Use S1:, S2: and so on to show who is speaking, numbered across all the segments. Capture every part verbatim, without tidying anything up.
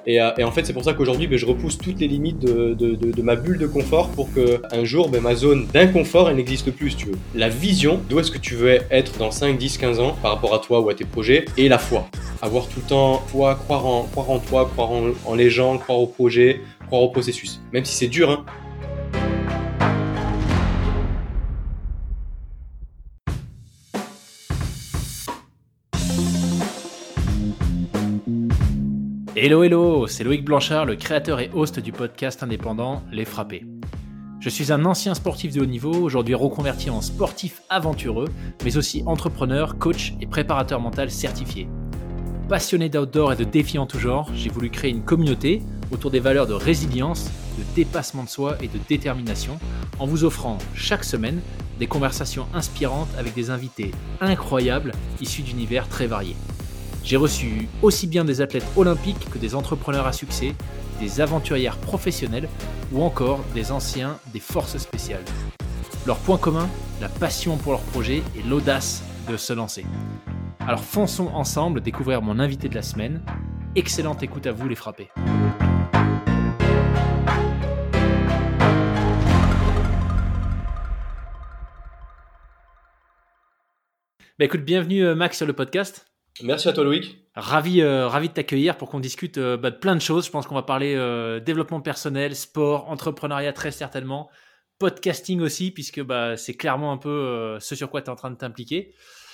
S1: Et, euh, et en fait, c'est pour ça qu'aujourd'hui, ben, je repousse toutes les limites de, de, de, de ma bulle de confort pour qu'un jour, ben, ma zone d'inconfort, elle n'existe plus, si tu veux. La vision, d'où est-ce que tu veux être dans cinq, dix, quinze ans par rapport à toi ou à tes projets, et la foi. Avoir tout le temps foi, croire en, croire en toi, croire en, en les gens, croire au projet, croire au processus. Même si c'est dur, hein.
S2: Hello hello, c'est Loïc Blanchard, le créateur et host du podcast indépendant Les Frappés. Je suis un ancien sportif de haut niveau, aujourd'hui reconverti en sportif aventureux, mais aussi entrepreneur, coach et préparateur mental certifié. Passionné d'outdoor et de défis en tout genre, j'ai voulu créer une communauté autour des valeurs de résilience, de dépassement de soi et de détermination, en vous offrant chaque semaine des conversations inspirantes avec des invités incroyables issus d'univers très variés. J'ai reçu aussi bien des athlètes olympiques que des entrepreneurs à succès, des aventurières professionnelles ou encore des anciens des forces spéciales. Leur point commun, la passion pour leur projet et l'audace de se lancer. Alors fonçons ensemble découvrir mon invité de la semaine. Excellente écoute à vous les frappés. Bah écoute, bienvenue Max sur le podcast.
S1: Merci à toi Loïc.
S2: Ravi, euh, ravi de t'accueillir pour qu'on discute euh, bah, de plein de choses. Je pense qu'on va parler euh, développement personnel, sport, entrepreneuriat très certainement, podcasting aussi, puisque bah, c'est clairement un peu euh, ce sur quoi tu es en train de t'impliquer.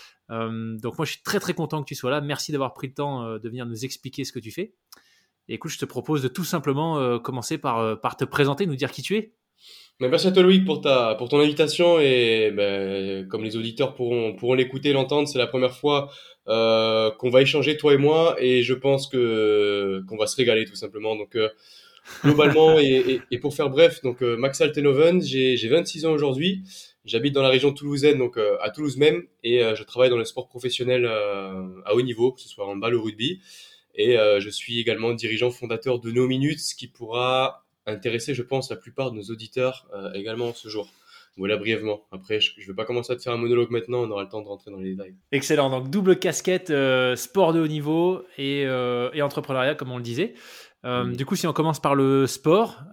S2: Euh, donc moi, je suis très très content que tu sois là. Merci d'avoir pris le temps euh, de venir nous expliquer ce que tu fais. Et écoute, je te propose de tout simplement euh, commencer par, euh, par te présenter, nous dire qui tu es.
S1: Mais merci à toi Loïc pour ta pour ton invitation et ben, comme les auditeurs pourront pourront l'écouter et l'entendre, c'est la première fois euh, qu'on va échanger toi et moi et je pense que qu'on va se régaler tout simplement. Donc euh, globalement et, et, et pour faire bref, donc euh, Max Altenhoven, j'ai j'ai vingt-six ans aujourd'hui, j'habite dans la région toulousaine donc euh, à Toulouse même et euh, je travaille dans le sport professionnel euh, à haut niveau, que ce soit en balle ou rugby et euh, je suis également dirigeant fondateur de No Minutes, ce qui pourra intéresser, je pense, la plupart de nos auditeurs euh, également ce jour. Voilà brièvement. Après, je ne vais pas commencer à te faire un monologue maintenant, on aura le temps de rentrer dans les détails.
S2: Excellent. Donc, double casquette, euh, sport de haut niveau et, euh, et entrepreneuriat, comme on le disait. Euh, mmh. Du coup, si on commence par le sport,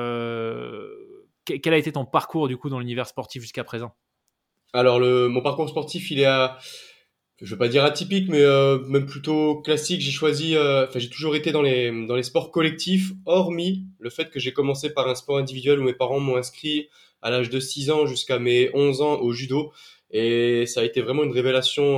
S2: euh, quel a été ton parcours du coup dans l'univers sportif jusqu'à présent ?
S1: Alors, le, mon parcours sportif, il est à... je veux pas dire atypique, mais euh, même plutôt classique. J'ai choisi, euh, enfin j'ai toujours été dans les dans les sports collectifs, hormis le fait que j'ai commencé par un sport individuel où mes parents m'ont inscrit à l'âge de six ans jusqu'à mes onze ans au judo, et ça a été vraiment une révélation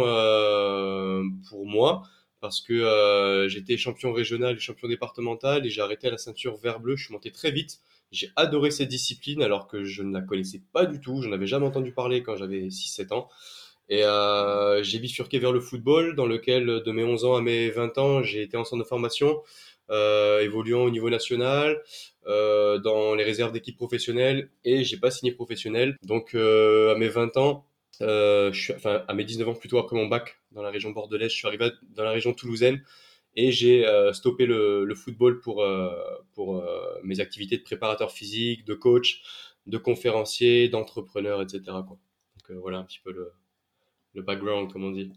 S1: euh, pour moi parce que euh, j'étais champion régional et champion départemental et j'ai arrêté à la ceinture vert bleu. Je suis monté très vite. J'ai adoré cette discipline alors que je ne la connaissais pas du tout. Je n'avais jamais entendu parler quand j'avais six sept ans. Et euh, j'ai bifurqué vers le football, dans lequel de mes onze ans à mes vingt ans, j'ai été en centre de formation, euh, évoluant au niveau national, euh, dans les réserves d'équipes professionnelles, et j'ai pas signé professionnel. Donc euh, à mes vingt ans, euh, je suis, enfin à mes dix-neuf ans plutôt après mon bac dans la région bordelaise, je suis arrivé dans la région toulousaine et j'ai euh, stoppé le, le football pour euh, pour euh, mes activités de préparateur physique, de coach, de conférencier, d'entrepreneur, et cetera quoi. Donc euh, voilà un petit peu le le background, comme on dit.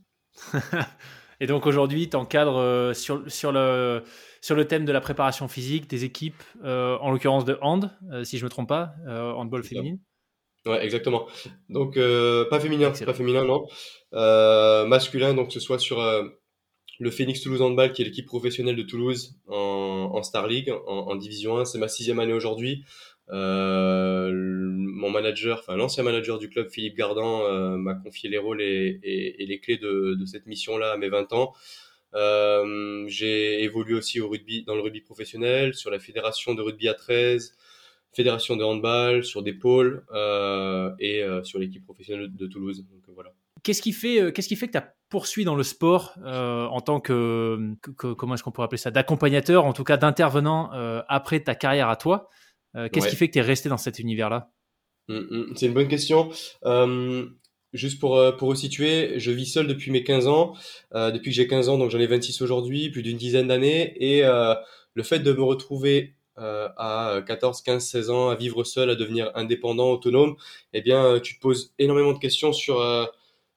S2: Et donc aujourd'hui, tu encadres euh, sur, sur, le, sur le thème de la préparation physique des équipes, euh, en l'occurrence de hand, euh, si je ne me trompe pas, euh, handball féminine.
S1: Ouais, exactement. Donc, euh, pas féminin,
S2: Excellent.
S1: pas féminin, non. Euh, masculin, donc que ce soit sur euh, le Phoenix Toulouse Handball, qui est l'équipe professionnelle de Toulouse en, en Star League, en, en Division un. C'est ma sixième année aujourd'hui. Euh, mon manager, enfin l'ancien manager du club, Philippe Gardan, euh, m'a confié les rôles et, et, et les clés de, de cette mission-là à mes vingt ans. Euh, j'ai évolué aussi au rugby, dans le rugby professionnel, sur la fédération de rugby à treize, fédération de handball, sur des pôles euh, et euh, sur l'équipe professionnelle de Toulouse. Donc voilà.
S2: Qu'est-ce qui fait, euh, qu'est-ce qui fait que tu as poursuivi dans le sport euh, en tant que, que, que, comment est-ce qu'on pourrait appeler ça, d'accompagnateur, en tout cas d'intervenant euh, après ta carrière à toi. Euh, qu'est-ce
S1: Ouais.
S2: qui fait que tu es resté dans cet univers-là ?
S1: Mmh, mmh, c'est une bonne question. Euh, juste pour euh, pour resituer, je vis seul depuis mes quinze ans. Euh, depuis que j'ai quinze ans, donc j'en ai vingt-six aujourd'hui, plus d'une dizaine d'années. Et euh, le fait de me retrouver euh, à quatorze, quinze, seize ans, à vivre seul, à devenir indépendant, autonome, eh bien, tu te poses énormément de questions sur euh,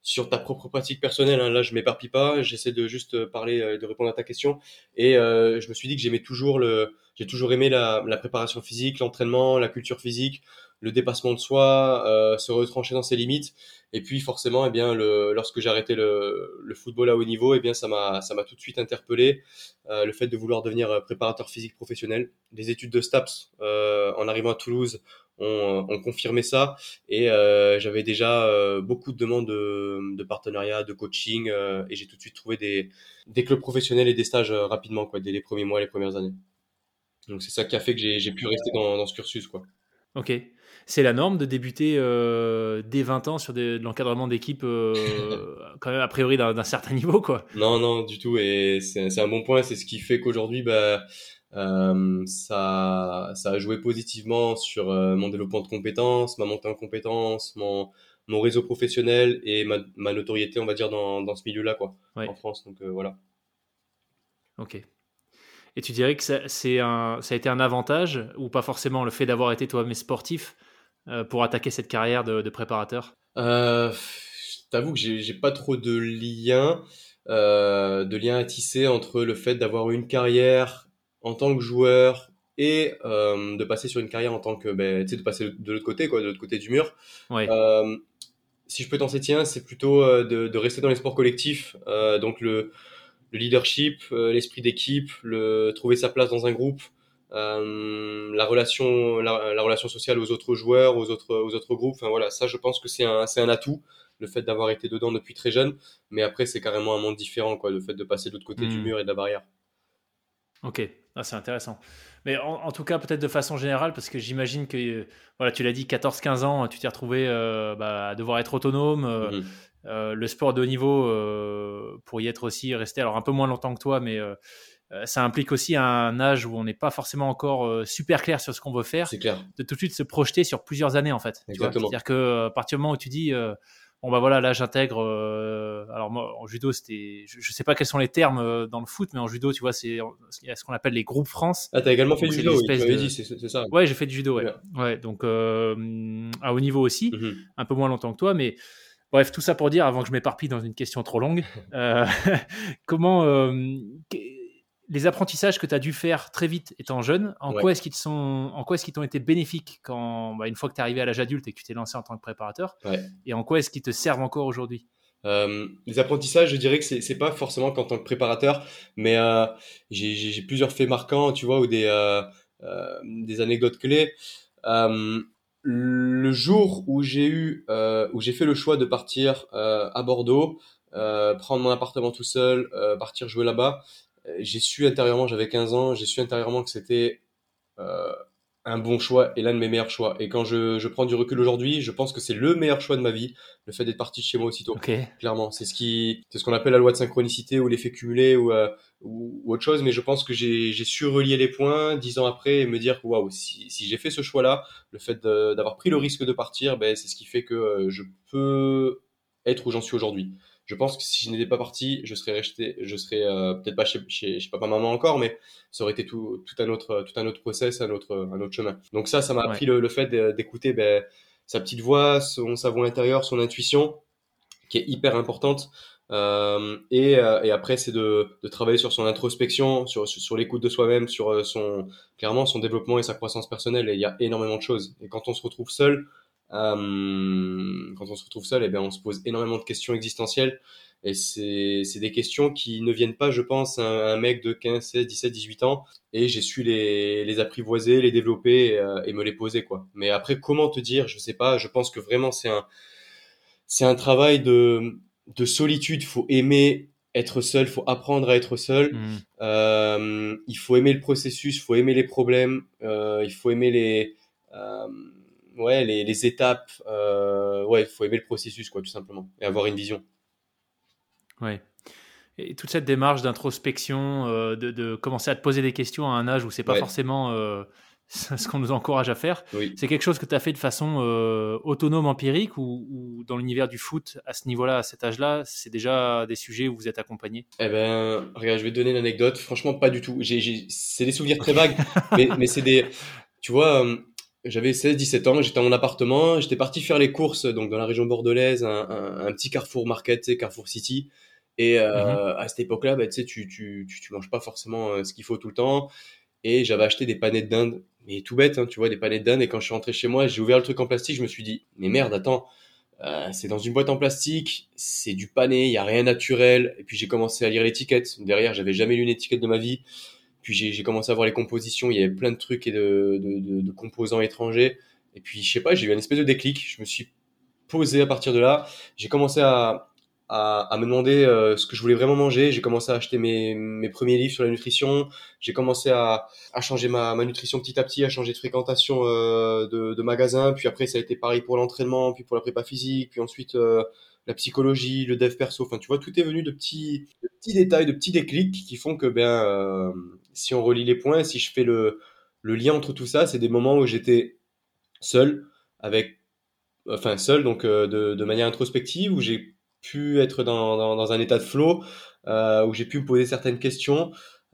S1: sur ta propre pratique personnelle, hein, là je m'éparpille pas, j'essaie de juste parler, euh, de répondre à ta question. Et euh, je me suis dit que j'aimais toujours le, j'ai toujours aimé la, la préparation physique, l'entraînement, la culture physique, le dépassement de soi, euh, se retrancher dans ses limites. Et puis forcément, eh bien, le, lorsque j'ai arrêté le, le football à haut niveau, eh bien, ça m'a, ça m'a tout de suite interpellé. Euh, le fait de vouloir devenir préparateur physique professionnel. Les études de STAPS, euh, en arrivant à Toulouse, ont, ont confirmé ça. Et euh, j'avais déjà euh, beaucoup de demandes de, de partenariat, de coaching, euh, et j'ai tout de suite trouvé des, des clubs professionnels et des stages euh, rapidement, quoi, dès les premiers mois, les premières années. Donc c'est ça qui a fait que j'ai, j'ai pu rester dans, dans ce cursus, quoi.
S2: Ok. C'est la norme de débuter euh, dès vingt ans sur des- de l'encadrement d'équipe, euh, quand même a priori d'un d'un certain niveau, quoi.
S1: Non, non, du tout. Et c'est, c'est un bon point. C'est ce qui fait qu'aujourd'hui, bah, euh, ça, ça a joué positivement sur euh, mon développement de compétences, ma montée en compétences, mon, mon réseau professionnel et ma, ma notoriété, on va dire, dans, dans ce milieu-là, quoi,
S2: Ouais.
S1: en France. Donc euh, voilà.
S2: Ok. Et tu dirais que ça, c'est un, ça a été un avantage ou pas forcément le fait d'avoir été toi-même sportif euh, pour attaquer cette carrière de, de préparateur?
S1: Euh, je t'avoue que j'ai, j'ai pas trop de lien, euh, de lien à tisser entre le fait d'avoir eu une carrière en tant que joueur et euh, de passer sur une carrière en tant que, ben, tu sais, de passer de l'autre côté, quoi, de l'autre côté du mur.
S2: Ouais.
S1: Euh, si je peux t'en citer un, c'est plutôt euh, de, de rester dans les sports collectifs, euh, donc le, le leadership, euh, l'esprit d'équipe, le trouver sa place dans un groupe, euh, la relation, la, la relation sociale aux autres joueurs, aux autres, aux autres groupes. Enfin voilà, ça je pense que c'est un, c'est un atout, le fait d'avoir été dedans depuis très jeune. Mais après c'est carrément un monde différent, quoi, le fait de passer de l'autre côté du
S2: Hmm.
S1: mur et de la barrière.
S2: Ok, ah, c'est intéressant. Mais en, en tout cas, peut-être de façon générale, parce que j'imagine que, euh, voilà, tu l'as dit, quatorze quinze ans, tu t'es retrouvé euh, bah, à devoir être autonome. euh,
S1: Mhm.
S2: euh, le sport de haut niveau, euh, pour y être aussi resté, alors un peu moins longtemps que toi, mais euh, euh, ça implique aussi un âge où on n'est pas forcément encore euh, super clair sur ce qu'on veut faire,
S1: C'est clair,
S2: de tout de suite se projeter sur plusieurs années, en fait. Tu vois,
S1: exactement.
S2: c'est-à-dire que euh, à partir du moment où tu dis, euh, bon bah voilà, là j'intègre. euh, alors moi en judo, c'était, je, je sais pas quels sont les termes euh, dans le foot, mais en judo, tu vois, c'est il y a ce qu'on appelle les groupes France.
S1: Ah, t'as également fait
S2: Donc
S1: du
S2: c'est des
S1: judo, oui, tu
S2: espèces
S1: m'avais dit,
S2: de,
S1: c'est, c'est c'est ça.
S2: ouais, j'ai fait du judo,
S1: Très
S2: ouais,
S1: bien.
S2: ouais. Donc euh, à haut niveau aussi,
S1: Mhm.
S2: un peu moins longtemps que toi, mais bref, tout ça pour dire, avant que je m'éparpille dans une question trop longue, euh, comment euh, que- les apprentissages que tu as dû faire très vite étant jeune, en
S1: Ouais.
S2: quoi est-ce qu'ils te sont, en quoi est-ce qu'ils t'ont été bénéfiques quand, bah, une fois que tu es arrivé à l'âge adulte et que tu t'es lancé en tant que préparateur,
S1: Ouais.
S2: et en quoi est-ce qu'ils te servent encore aujourd'hui?
S1: Euh, les apprentissages, je dirais que c'est c'est pas forcément qu'en tant que préparateur, mais euh, j'ai j'ai j'ai plusieurs faits marquants, tu vois, ou des euh, euh, des anecdotes clés. Euh, le jour où j'ai eu euh, où j'ai fait le choix de partir euh, à Bordeaux, euh, prendre mon appartement tout seul, euh, partir jouer là-bas, euh, j'ai su intérieurement, j'avais quinze ans, j'ai su intérieurement que c'était euh, un bon choix et l'un de mes meilleurs choix. Et quand je, je prends du recul aujourd'hui, je pense que c'est le meilleur choix de ma vie, le fait d'être parti de chez moi aussitôt.
S2: Ok,
S1: Clairement, c'est ce qui, c'est ce qu'on appelle la loi de synchronicité ou l'effet cumulé ou, euh, ou, ou autre chose. Mais je pense que j'ai, j'ai su relier les points dix ans après et me dire que waouh, si, si j'ai fait ce choix-là, le fait de- d'avoir pris le risque de partir, ben, c'est ce qui fait que euh, je peux être où j'en suis aujourd'hui. Je pense que si je n'étais pas parti, je serais resté, je serais euh, peut-être pas chez, chez, chez papa maman encore, mais ça aurait été tout, tout un autre, tout un autre process, un autre, un autre chemin. Donc ça, ça m'a
S2: ouais,
S1: appris le, le fait de- d'écouter ben, sa petite voix, son, sa voix intérieure, son intuition, qui est hyper importante. Euh, et, euh, et après, c'est de, de travailler sur son introspection, sur, sur, sur l'écoute de soi-même, sur euh, son, clairement son développement et sa croissance personnelle. Et il y a énormément de choses. Et quand on se retrouve seul, euh, quand on se retrouve seul, eh bien, on se pose énormément de questions existentielles. Et c'est, c'est des questions qui ne viennent pas, je pense, à un, un mec de quinze, seize, dix-sept, dix-huit ans. Et j'ai su les, les apprivoiser, les développer et, euh, et me les poser, quoi. Mais après, comment te dire? Je sais pas. Je pense que vraiment, c'est un, c'est un travail de, de solitude. Faut aimer être seul, faut apprendre à être seul.
S2: hmm,
S1: Euh, il faut aimer le processus, il faut aimer les problèmes, euh, il faut aimer les, euh, ouais, les, les étapes. Euh, ouais, il faut aimer le processus, quoi, tout simplement, et avoir une vision.
S2: ouais. Et toute cette démarche d'introspection, euh, de, de commencer à te poser des questions à un âge où c'est pas
S1: Ouais,
S2: forcément euh, ce qu'on nous encourage à faire,
S1: oui.
S2: c'est quelque chose que tu as fait de façon euh, autonome, empirique, ou, ou dans l'univers du foot, à ce niveau-là, à cet âge-là, c'est déjà des sujets où vous êtes accompagné?
S1: Eh ben, regarde, je vais te donner une anecdote. Franchement, pas du tout. J'ai, j'ai, c'est des souvenirs très
S2: Ok.
S1: vagues, mais, mais c'est des, tu vois. euh, j'avais seize dix-sept ans, j'étais dans mon appartement, j'étais parti faire les courses donc dans la région bordelaise, un, un, un petit Carrefour Market, tu sais, Carrefour City. Et
S2: Mhm.
S1: euh, à cette époque-là, bah, tu sais, tu, tu, tu, tu manges pas forcément euh, ce qu'il faut tout le temps. Et j'avais acheté des panettes d'Inde, mais tout bête, hein, tu vois, des panettes d'Inde. Et quand je suis rentré chez moi, j'ai ouvert le truc en plastique, je me suis dit, mais merde, attends, euh, c'est dans une boîte en plastique, c'est du pané, il y a rien naturel. Et puis j'ai commencé à lire l'étiquette. Derrière, j'avais jamais lu une étiquette de ma vie. Puis j'ai, j'ai commencé à voir les compositions, il y avait plein de trucs et de, de, de, de composants étrangers. Et puis, je sais pas, j'ai eu une espèce de déclic. Je me suis posé à partir de là. J'ai commencé à, à, à me demander euh, ce que je voulais vraiment manger. J'ai commencé à acheter mes, mes premiers livres sur la nutrition. J'ai commencé à, à changer ma, ma nutrition petit à petit, à changer de fréquentation euh, de, de magasins. Puis après, ça a été pareil pour l'entraînement, puis pour la prépa physique, puis ensuite euh, la psychologie, le dev perso. Enfin, tu vois, tout est venu de petits, de petits détails, de petits déclics qui font que, ben, euh, si on relie les points, si je fais le, le lien entre tout ça, c'est des moments où j'étais seul, avec enfin seul, donc euh, de, de manière introspective, où j'ai pu être dans, dans, dans un état de flow, euh, où j'ai pu me poser certaines questions.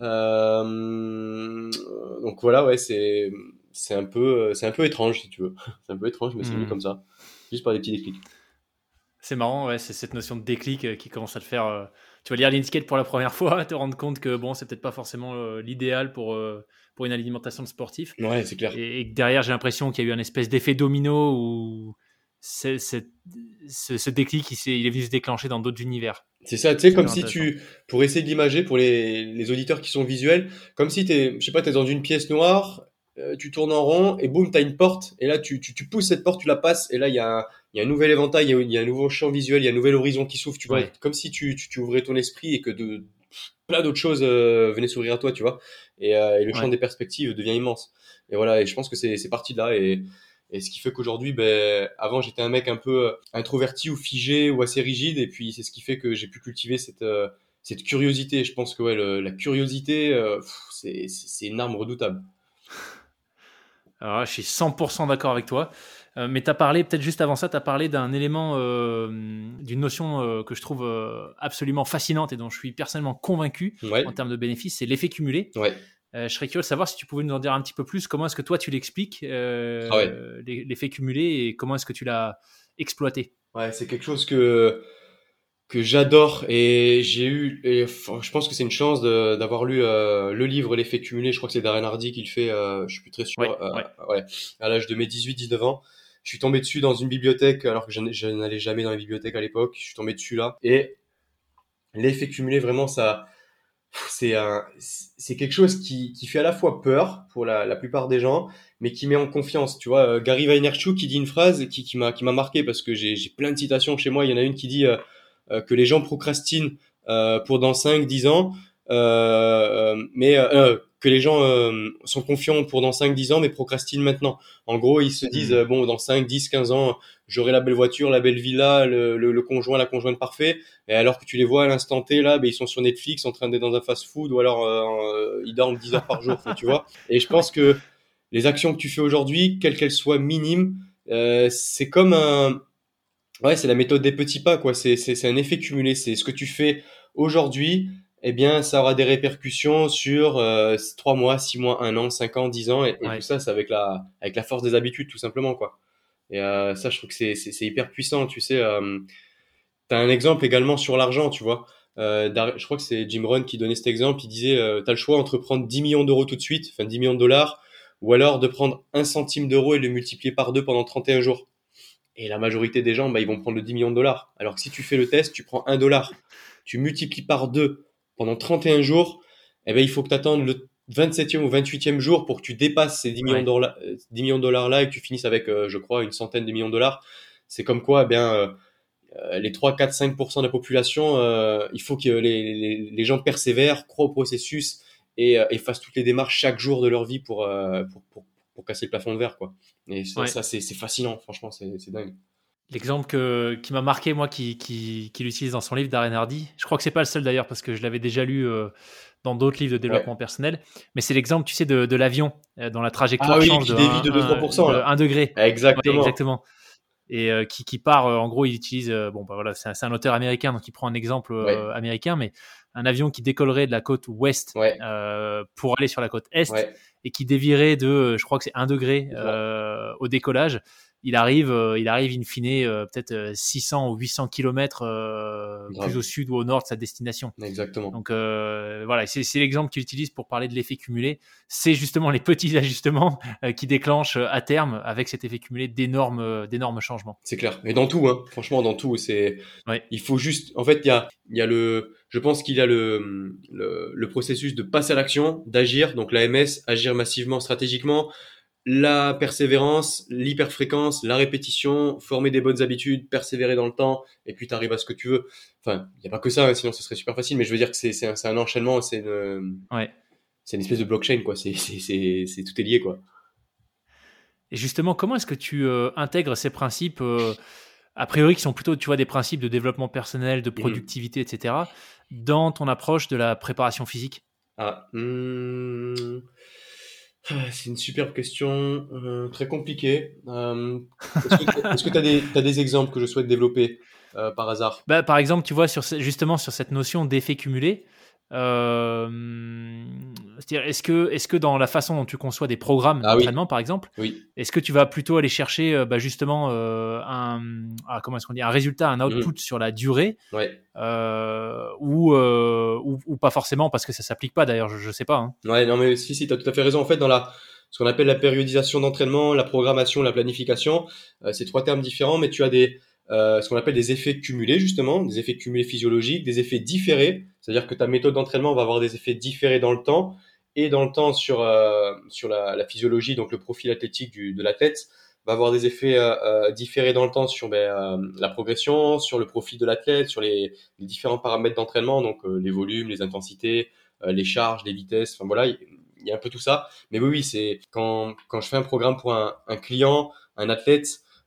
S1: Euh, donc voilà, ouais, c'est c'est un peu c'est un peu étrange si tu veux. C'est un peu étrange, mais c'est venu comme
S2: Mhm.
S1: ça, juste par des petits déclics.
S2: C'est marrant, ouais, c'est cette notion de déclic euh, qui commence à te faire. euh, tu vas lire l'étiquette pour la première fois, te rendre compte que bon, c'est peut-être pas forcément euh, l'idéal pour, euh, pour une alimentation de sportif.
S1: Ouais, c'est clair.
S2: Et, et que derrière, j'ai l'impression qu'il y a eu un espèce d'effet domino où c'est, c'est- ce, ce déclic, il, s'est- il est venu se déclencher dans d'autres univers.
S1: C'est ça, tu sais, comme
S2: Super
S1: si
S2: intéressant.
S1: tu, pour essayer de l'imager pour les, les auditeurs qui sont visuels, comme si t'es, je sais pas, t'es dans une pièce noire, euh, tu tournes en rond, et boum, t'as une porte, et là, tu, tu, tu pousses cette porte, tu la passes, et là, il y a, un- il y a un nouvel éventail, il y a, il y a un nouveau champ visuel, il y a un nouvel horizon qui s'ouvre, tu vois,
S2: Ouais,
S1: comme si tu, tu, tu ouvrais ton esprit et que de, plein d'autres choses euh, venaient s'ouvrir à toi, tu vois, et, euh, et le champ
S2: ouais.
S1: des perspectives devient immense. Et voilà, et je pense que c'est, c'est parti de là, et, et ce qui fait qu'aujourd'hui, ben, avant, j'étais un mec un peu euh, introverti ou figé ou assez rigide, et puis c'est ce qui fait que j'ai pu cultiver cette, euh, cette curiosité. Je pense que ouais, le- la curiosité, euh, pff, c'est, c'est c'est une arme redoutable.
S2: Alors là, je suis cent pour cent d'accord avec toi. Euh, mais tu as parlé, peut-être juste avant ça, tu as parlé d'un élément, euh, d'une notion euh, que je trouve euh, absolument fascinante et dont je suis personnellement convaincu en
S1: Ouais,
S2: termes de bénéfices, c'est l'effet cumulé.
S1: ouais,
S2: Euh, je serais curieux de savoir si tu pouvais nous en dire un petit peu plus. Comment est-ce que toi, tu l'expliques,
S1: ah ouais.
S2: euh, l'effet cumulé, et comment est-ce que tu l'as exploité?
S1: Ouais, c'est quelque chose que, que j'adore et j'ai eu, et enfin, je pense que c'est une chance de- d'avoir lu euh, le livre L'effet cumulé. Je crois que c'est Darren Hardy qui le fait, euh, je suis plus très sûr,
S2: Ouais,
S1: euh,
S2: ouais.
S1: ouais, à l'âge de mes dix-huit dix-neuf ans. Je suis tombé dessus dans une bibliothèque alors que je n- je n'allais jamais dans les bibliothèques à l'époque. Je suis tombé dessus là. Et l'effet cumulé, vraiment, ça, c'est un, c'est quelque chose qui, qui fait à la fois peur pour la, la plupart des gens, mais qui met en confiance. Tu vois, euh, Gary Vaynerchuk qui dit une phrase qui, qui m'a, qui m'a marqué parce que j'ai, j'ai plein de citations chez moi. Il y en a une qui dit euh, euh, que les gens procrastinent euh, pour dans cinq dix ans, euh, euh, mais euh, euh, que les gens euh, sont confiants pour dans cinq dix ans, mais procrastinent maintenant. En gros, ils se disent,
S2: Hmm.
S1: euh, bon, dans cinq dix quinze ans, j'aurai la belle voiture, la belle villa, le, le, le conjoint, la conjointe parfait. Et alors que tu les vois à l'instant T, là, ben, ils sont sur Netflix en train d'être dans un fast-food ou alors euh, euh, ils dorment dix heures par jour, enfin, tu vois. Et je
S2: Ouais,
S1: pense que les actions que tu fais aujourd'hui, quelles qu'elles soient minimes, euh, c'est comme un, ouais, c'est la méthode des petits pas, quoi. C'est, c'est, c'est un effet cumulé. C'est ce que tu fais aujourd'hui, eh bien, ça aura des répercussions sur euh, trois mois, six mois, un an, cinq ans, dix ans, et, et tout
S2: ouais.
S1: ça, c'est avec la, avec la force des habitudes, tout simplement, quoi. Et euh, ça, je trouve que c'est, c'est, c'est hyper puissant, tu sais. Euh, t'as un exemple également sur l'argent, tu vois. Euh, Dar- je crois que c'est Jim Rohn qui donnait cet exemple. Il disait, euh, t'as le choix entre prendre dix millions d'euros tout de suite, enfin dix millions de dollars, ou alors de prendre un centime d'euro et le multiplier par deux pendant trente et un jours. Et la majorité des gens, bah, ils vont prendre le dix millions de dollars. Alors que si tu fais le test, tu prends un dollar, tu multiplies par deux pendant trente et un jours, eh ben, il faut que tu attendes le vingt-septième ou vingt-huitième jour pour que tu dépasses ces dix millions de
S2: Ouais.
S1: dollars, euh, dix millions de dollars là et que tu finisses avec, euh, je crois, une centaine de millions de dollars. C'est comme quoi, eh bien, euh, euh, les trois, quatre, cinq pour cent de la population, euh, il faut que les, les, les gens persévèrent, croient au processus et, euh, et fassent toutes les démarches chaque jour de leur vie pour, euh, pour, pour, pour casser le plafond de verre, quoi. Et ça,
S2: Ouais.
S1: ça c'est, c'est fascinant, franchement, c'est, c'est dingue.
S2: L'exemple que, qui m'a marqué, moi, qui, qui, qui l'utilise dans son livre, Darren Hardy, je crois que c'est pas le seul d'ailleurs, parce que je l'avais déjà lu euh, dans d'autres livres de
S1: Ouais.
S2: développement personnel, mais c'est l'exemple, tu sais, de, de l'avion, euh, dont la
S1: Ah
S2: trajectoire
S1: oui,
S2: change
S1: qui
S2: de
S1: dévie
S2: un
S1: de deux trois
S2: un
S1: pour cent
S2: de
S1: là.
S2: un degré. Ouais,
S1: Exactement.
S2: exactement. et euh, qui, qui part, euh, en gros, il utilise, euh, bon, bah voilà, c'est un, c'est un auteur américain, donc il prend un exemple euh,
S1: Ouais.
S2: américain, mais un avion qui décollerait de la côte ouest
S1: Ouais.
S2: euh, pour aller sur la côte est
S1: Ouais.
S2: et qui dévierait de, je crois que c'est un degré
S1: C'est ça.
S2: euh, au décollage. Il arrive, euh, il arrive in fine euh, peut-être euh, six cents ou huit cents kilomètres euh,
S1: Grave.
S2: plus au sud ou au nord de sa destination.
S1: Exactement.
S2: Donc euh, voilà, c'est, c'est l'exemple qu'il utilise pour parler de l'effet cumulé. C'est justement les petits ajustements euh, qui déclenchent euh, à terme, avec cet effet cumulé, d'énormes, euh, d'énormes changements.
S1: C'est clair. Et dans tout, hein. Franchement, dans tout, c'est.
S2: Ouais.
S1: Il faut juste. En fait, il y a, il y a le. Je pense qu'il y a le, le, le processus de passer à l'action, d'agir. Donc l'A M S, agir massivement, stratégiquement. La persévérance, l'hyperfréquence, la répétition, former des bonnes habitudes, persévérer dans le temps, et puis tu arrives à ce que tu veux. Enfin, il n'y a pas que ça, hein, sinon ce serait super facile, mais je veux dire que c'est, c'est, un, c'est un enchaînement, c'est une,
S2: Ouais.
S1: c'est une espèce de blockchain, quoi. C'est, c'est, c'est, c'est tout est lié, quoi.
S2: Et justement, comment est-ce que tu euh, intègres ces principes, euh, a priori, qui sont plutôt, tu vois, des principes de développement personnel, de
S1: Mhm.
S2: productivité, et cetera, dans ton approche de la préparation physique?
S1: Ah, hmm. Ah, c'est une superbe question, euh, très compliquée. Euh, est-ce que, est-ce que tu as des, t'as des exemples que je souhaite développer euh, par hasard?
S2: Bah, par exemple, tu vois, sur ce- justement sur cette notion d'effet cumulé, euh, c'est-à-dire, est-ce que, est-ce que dans la façon dont tu conçois des programmes
S1: Ah oui,
S2: d'entraînement, par exemple,
S1: oui.
S2: est-ce que tu vas plutôt aller chercher euh, bah, justement euh, un, ah, comment est-ce qu'on dit, un résultat, un output
S1: Mhm.
S2: sur la durée,
S1: Ouais.
S2: euh, ou, euh, ou, ou pas forcément, parce que ça s'applique pas d'ailleurs, je, je sais pas, hein.
S1: Ouais, non, mais si, si, t'as tout à fait raison. En fait, dans la, ce qu'on appelle la périodisation d'entraînement, la programmation, la planification, euh, c'est trois termes différents, mais tu as des, euh, ce qu'on appelle des effets cumulés, justement, des effets cumulés physiologiques, des effets différés, c'est-à-dire que ta méthode d'entraînement va avoir des effets différés dans le temps, et dans le temps sur, euh, sur la, la physiologie, donc le profil athlétique du, de l'athlète, va avoir des effets euh, euh, différés dans le temps sur ben, euh, la progression, sur le profil de l'athlète, sur les, les différents paramètres d'entraînement, donc euh, les volumes, les intensités, euh, les charges, les vitesses, enfin voilà, il il y a un peu tout ça. Mais oui, oui, c'est quand, quand je fais un programme pour un, un client, un athlète,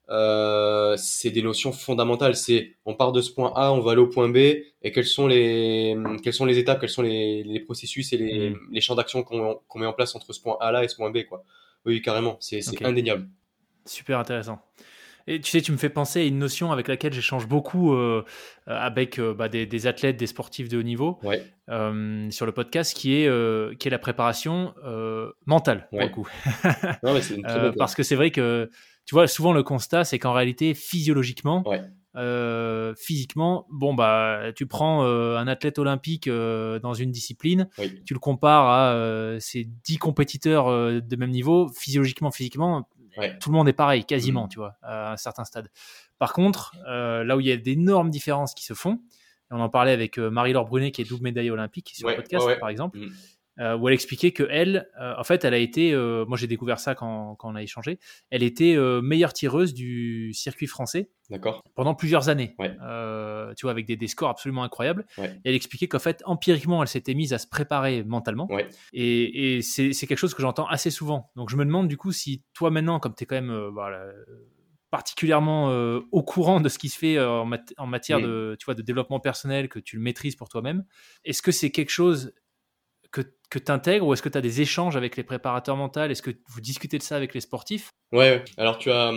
S1: euh, c'est des notions fondamentales. C'est on part de ce point A, on va aller au point B, et quelles sont les, quelles sont les étapes, quels sont les, les processus et les,
S2: Hmm.
S1: les champs d'action qu'on qu'on met en place entre ce point A là et ce point B, quoi. Oui, carrément, c'est c'est
S2: Ok,
S1: indéniable.
S2: super intéressant. Et tu sais, tu me fais penser à une notion avec laquelle j'échange beaucoup euh, avec euh, bah, des, des athlètes, des sportifs de haut niveau
S1: Ouais,
S2: euh, sur le podcast, qui est, euh, qui est la préparation euh, mentale, pour le
S1: ouais.
S2: coup.
S1: Non, mais c'est une très
S2: Euh,
S1: bonne
S2: parce
S1: place.
S2: que c'est vrai que, tu vois, souvent le constat, c'est qu'en réalité, physiologiquement,
S1: Ouais,
S2: euh, physiquement, bon, bah, tu prends euh, un athlète olympique euh, dans une discipline,
S1: oui,
S2: tu le compares à euh, ces dix compétiteurs euh, de même niveau, physiologiquement, physiquement,
S1: ouais.
S2: tout le monde est pareil, quasiment,
S1: Mhm.
S2: tu vois, à un certain stade. Par contre, euh, là où il y a d'énormes différences qui se font, et on en parlait avec euh, Marie-Laure Brunet, qui est double médaille olympique sur le
S1: Ouais, ouais,
S2: podcast,
S1: ouais.
S2: par exemple,
S1: Mhm.
S2: euh, où elle expliquait que elle, euh, en fait, elle a été, euh, moi j'ai découvert ça quand, quand on a échangé, elle était euh, meilleure tireuse du circuit français
S1: D'accord.
S2: pendant plusieurs années,
S1: Ouais,
S2: euh, tu vois, avec des, des scores absolument incroyables.
S1: ouais,
S2: Et elle expliquait qu'en fait, empiriquement, elle s'était mise à se préparer mentalement.
S1: ouais.
S2: Et, et c'est, c'est quelque chose que j'entends assez souvent. Donc je me demande du coup si toi maintenant, comme tu es quand même euh, voilà, particulièrement euh, au courant de ce qui se fait euh, en, mat- en matière
S1: Mhm.
S2: de, tu vois, de développement personnel, que tu le maîtrises pour toi-même, est-ce que c'est quelque chose que, que tu intègres, ou est-ce que tu as des échanges avec les préparateurs mentaux? Est-ce que vous discutez de ça avec les sportifs?
S1: Ouais, ouais. Alors tu as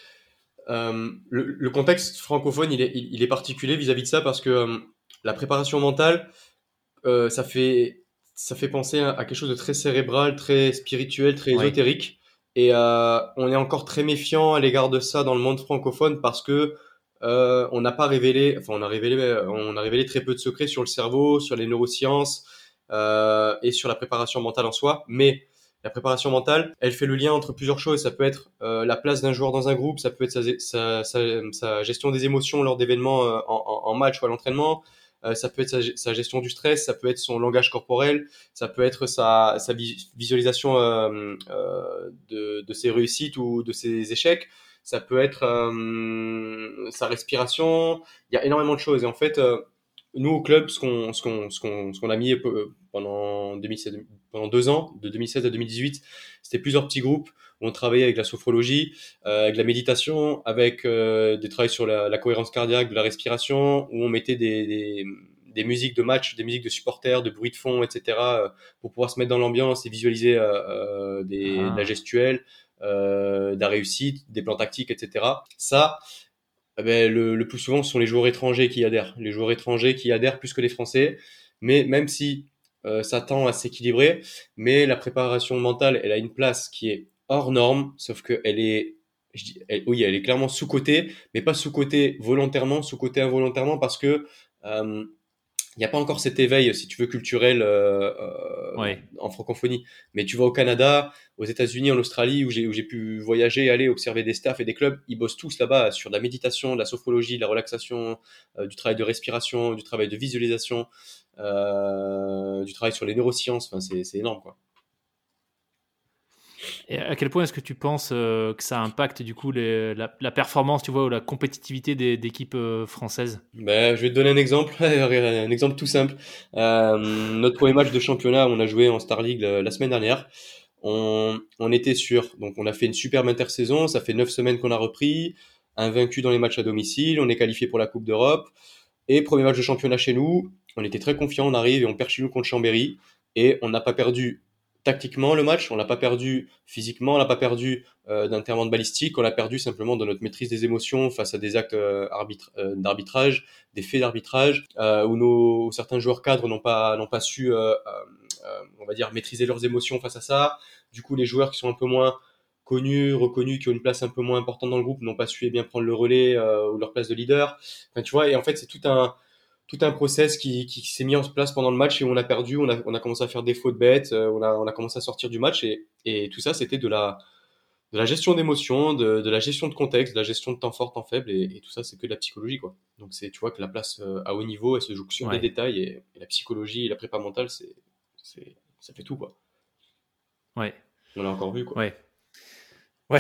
S1: euh, le, le contexte francophone, il est, il, il est particulier vis-à-vis de ça parce que euh, la préparation mentale, euh, ça fait, ça fait penser à, à quelque chose de très cérébral, très spirituel, très
S2: Ouais.
S1: ésotérique. Et euh, on est encore très méfiant à l'égard de ça dans le monde francophone parce que euh, on n'a pas révélé, enfin on a révélé, on a révélé très peu de secrets sur le cerveau, sur les neurosciences euh, et sur la préparation mentale en soi. Mais la préparation mentale, elle fait le lien entre plusieurs choses. Ça peut être euh, la place d'un joueur dans un groupe, ça peut être sa, sa, sa, sa gestion des émotions lors d'événements euh, en, en, en match ou à l'entraînement. Euh, ça peut être sa, sa, gestion du stress, ça peut être son langage corporel, ça peut être sa, sa visualisation euh, euh, de, de ses réussites ou de ses échecs, ça peut être euh, sa respiration. Il y a énormément de choses. Et en fait, euh, nous au club, ce qu'on ce qu'on ce qu'on ce qu'on a mis euh, pendant deux mille seize, pendant deux ans, de deux mille seize à deux mille dix-huit, c'était plusieurs petits groupes où on travaillait avec la sophrologie, euh, avec la méditation, avec euh, des travaux sur la, la cohérence cardiaque, de la respiration, où on mettait des, des des musiques de match, des musiques de supporters, de bruit de fond, et cetera, euh, pour pouvoir se mettre dans l'ambiance et visualiser euh, euh, des, de la
S2: Ah,
S1: gestuelle, euh, de la réussite, des plans tactiques, et cetera. Ça, eh ben, le, le plus souvent, ce sont les joueurs étrangers qui y adhèrent. Les joueurs étrangers qui y adhèrent plus que les Français. Mais même si euh, ça tend à s'équilibrer, mais la préparation mentale, elle a une place qui est hors norme, sauf qu'elle est, je dis, elle- oui, elle est clairement sous-cotée, mais pas sous-cotée volontairement, sous-cotée involontairement, parce que euh, il n'y a pas encore cet éveil, si tu veux, culturel euh, euh,
S2: Ouais.
S1: en francophonie. Mais tu vas au Canada, aux États-Unis, en Australie, où j'ai où j'ai pu voyager, aller observer des staffs et des clubs, ils bossent tous là-bas sur de la méditation, de la sophrologie, de la relaxation, euh, du travail de respiration, du travail de visualisation, euh, du travail sur les neurosciences. Enfin, c'est c'est énorme, quoi.
S2: Et à quel point est-ce que tu penses euh, que ça impacte du coup les- la, la performance, tu vois, ou la compétitivité des- d'équipes euh, françaises?
S1: Ben, je vais te donner un exemple, un exemple tout simple. Euh, notre premier match de championnat, on a joué en Star League la, la semaine dernière. On, on était sur, donc on a fait une superbe intersaison. Ça fait neuf semaines qu'on a repris, invaincu dans les matchs à domicile. On est qualifié pour la Coupe d'Europe. Et premier match de championnat chez nous, on était très confiants. On arrive et on perd chez nous contre Chambéry. Et on n'a pas perdu tactiquement le match, on l'a pas perdu physiquement, on l'a pas perdu euh, d'un terme de balistique, on l'a perdu simplement dans notre maîtrise des émotions face à des actes euh, arbitre, euh, d'arbitrage, des faits d'arbitrage, euh, où nos où certains joueurs cadres n'ont pas n'ont pas su, euh, euh, euh, on va dire, maîtriser leurs émotions face à ça. Du coup, les joueurs qui sont un peu moins connus, reconnus, qui ont une place un peu moins importante dans le groupe, n'ont pas su eh bien prendre le relais euh, ou leur place de leader. Enfin, tu vois, et en fait, c'est tout un tout un process qui, qui s'est mis en place pendant le match et on a perdu, on a, on a commencé à faire des fautes bêtes, euh, on, a, on a commencé à sortir du match et, et tout ça, c'était de la, de la gestion d'émotions, de, de la gestion de contexte, de la gestion de temps fort, temps faible et, et tout ça, c'est que de la psychologie, quoi. Donc, c'est, tu vois que la place euh, à haut niveau, elle se joue que sur des
S2: Ouais,
S1: détails et, et la psychologie et la prépa mentale, c'est, c'est, ça fait tout, quoi.
S2: ouais,
S1: On l'a encore vu, quoi.
S2: ouais. Ouais.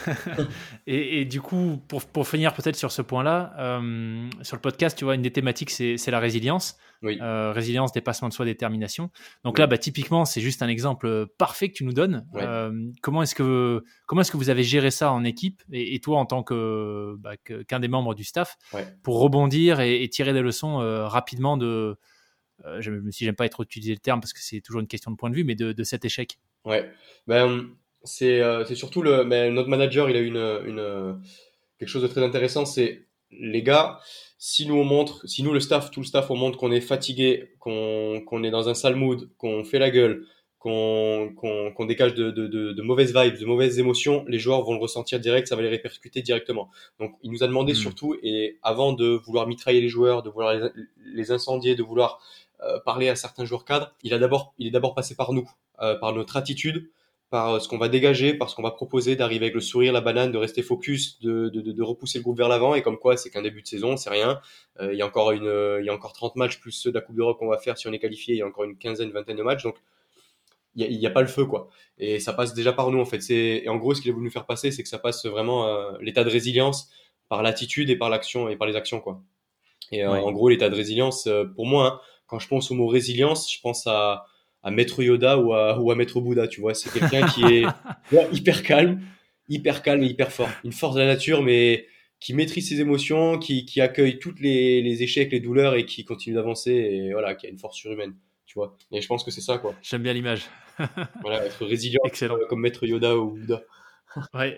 S2: et, et du coup, pour, pour finir peut-être sur ce point-là, euh, sur le podcast, tu vois, une des thématiques, c'est, c'est la résilience.
S1: Oui,
S2: Euh, résilience, dépassement de soi, détermination. Donc là,
S1: oui,
S2: bah, typiquement, c'est juste un exemple parfait que tu nous donnes.
S1: ouais.
S2: Euh, comment est-ce que comment est-ce que vous avez géré ça en équipe et, et toi en tant que, bah, que- qu'un des membres du staff
S1: Ouais.
S2: pour rebondir et, et tirer des leçons euh, rapidement de, euh, je, si j'aime pas être utilisé le terme parce que c'est toujours une question de point de vue, mais de, de cet échec.
S1: Ouais, ben c'est euh, c'est surtout le ben, notre manager, il a une une euh, quelque chose de très intéressant, c'est les gars, si nous on montre, si nous le staff, tout le staff on montre qu'on est fatigué, qu'on qu'on est dans un sale mood, qu'on fait la gueule, qu'on qu'on qu'on dégage de, de de de mauvaises vibes, de mauvaises émotions, les joueurs vont le ressentir direct, ça va les répercuter directement. Donc il nous a demandé
S2: Hmm.
S1: surtout et avant de vouloir mitrailler les joueurs, de vouloir les, les incendier, de vouloir euh, parler à certains joueurs cadres, il a d'abord il est d'abord passé par nous euh, par notre attitude, par euh, ce qu'on va dégager, par ce qu'on va proposer, d'arriver avec le sourire, la banane, de rester focus, de, de, de, de repousser le groupe vers l'avant. Et comme quoi, c'est qu'un début de saison, c'est rien. Euh, il y a encore une, euh, il y a encore trente matchs plus ceux de la Coupe d'Europe qu'on va faire si on est qualifié. Il y a encore une quinzaine, vingtaine de matchs. Donc, il y a, il y a pas le feu, quoi. Et ça passe déjà par nous, en fait. C'est, et en gros, ce qu'il a voulu nous faire passer, c'est que ça passe vraiment euh, l'état de résilience par l'attitude et par l'action et par les actions, quoi. Et euh,
S2: Ouais.
S1: en gros, l'état de résilience, euh, pour moi, hein, quand je pense au mot résilience, je pense à, à Maître Yoda ou à, ou à Maître Bouddha, tu vois. C'est quelqu'un qui est ouais, hyper calme, hyper calme et hyper fort. Une force de la nature, mais qui maîtrise ses émotions, qui, qui accueille toutes les, les échecs, les douleurs et qui continue d'avancer et voilà, qui a une force surhumaine, tu vois. Et je pense que c'est ça, quoi.
S2: J'aime bien l'image.
S1: Voilà, être résilient
S2: Excellent.
S1: euh, comme Maître Yoda ou Bouddha.
S2: Ouais.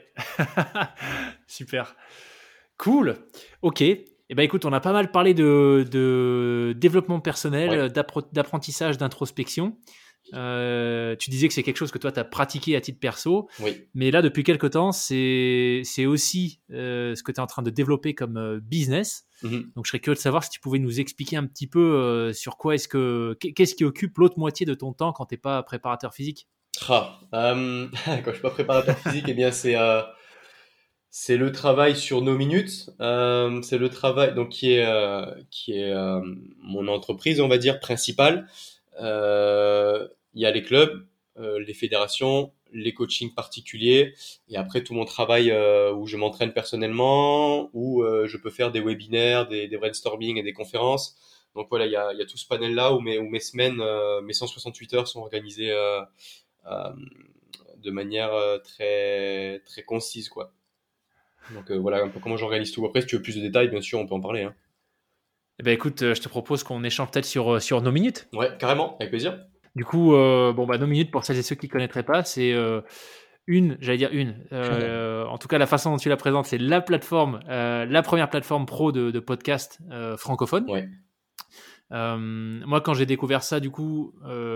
S2: Super. Cool. Ok. Eh ben, écoute, on a pas mal parlé de, de développement
S1: Ouais,
S2: personnel, d'appro- d'apprentissage, d'introspection. Euh, tu disais que c'est quelque chose que toi, tu as pratiqué à titre perso.
S1: oui.
S2: Mais là, depuis quelques temps, c'est, c'est aussi euh, ce que tu es en train de développer comme euh, business.
S1: Mhm.
S2: Donc, je serais curieux de savoir si tu pouvais nous expliquer un petit peu euh, sur quoi est-ce que, qu'est-ce qui occupe l'autre moitié de ton temps quand tu n'es pas préparateur physique.
S1: Ah, euh, quand je suis pas préparateur physique, eh bien c'est euh, c'est le travail sur nos minutes. Euh, c'est le travail donc qui est euh, qui est euh, mon entreprise, on va dire principale. Euh, Il y a les clubs, euh, les fédérations, les coachings particuliers, et après tout mon travail euh, où je m'entraîne personnellement, où euh, je peux faire des webinaires, des, des brainstorming et des conférences. Donc voilà, il y a, il y a tout ce panel-là où mes, où mes semaines, euh, mes cent soixante-huit heures sont organisées euh, euh, de manière euh, très très concise, quoi. Donc euh, voilà un peu comment j'organise tout. Après, si tu veux plus de détails, bien sûr, on peut en parler, hein.
S2: Eh ben, écoute, euh, je te propose qu'on échange peut-être sur, euh, sur nos minutes.
S1: Ouais, carrément, avec plaisir.
S2: Du coup, euh, bon, bah, nos minutes, pour celles et ceux qui ne connaîtraient pas, c'est euh, une, j'allais dire une, euh, en tout cas la façon dont tu la présentes, c'est la plateforme, euh, la première plateforme pro de, de podcast euh, francophone.
S1: Ouais.
S2: Euh, moi, quand j'ai découvert ça, du coup,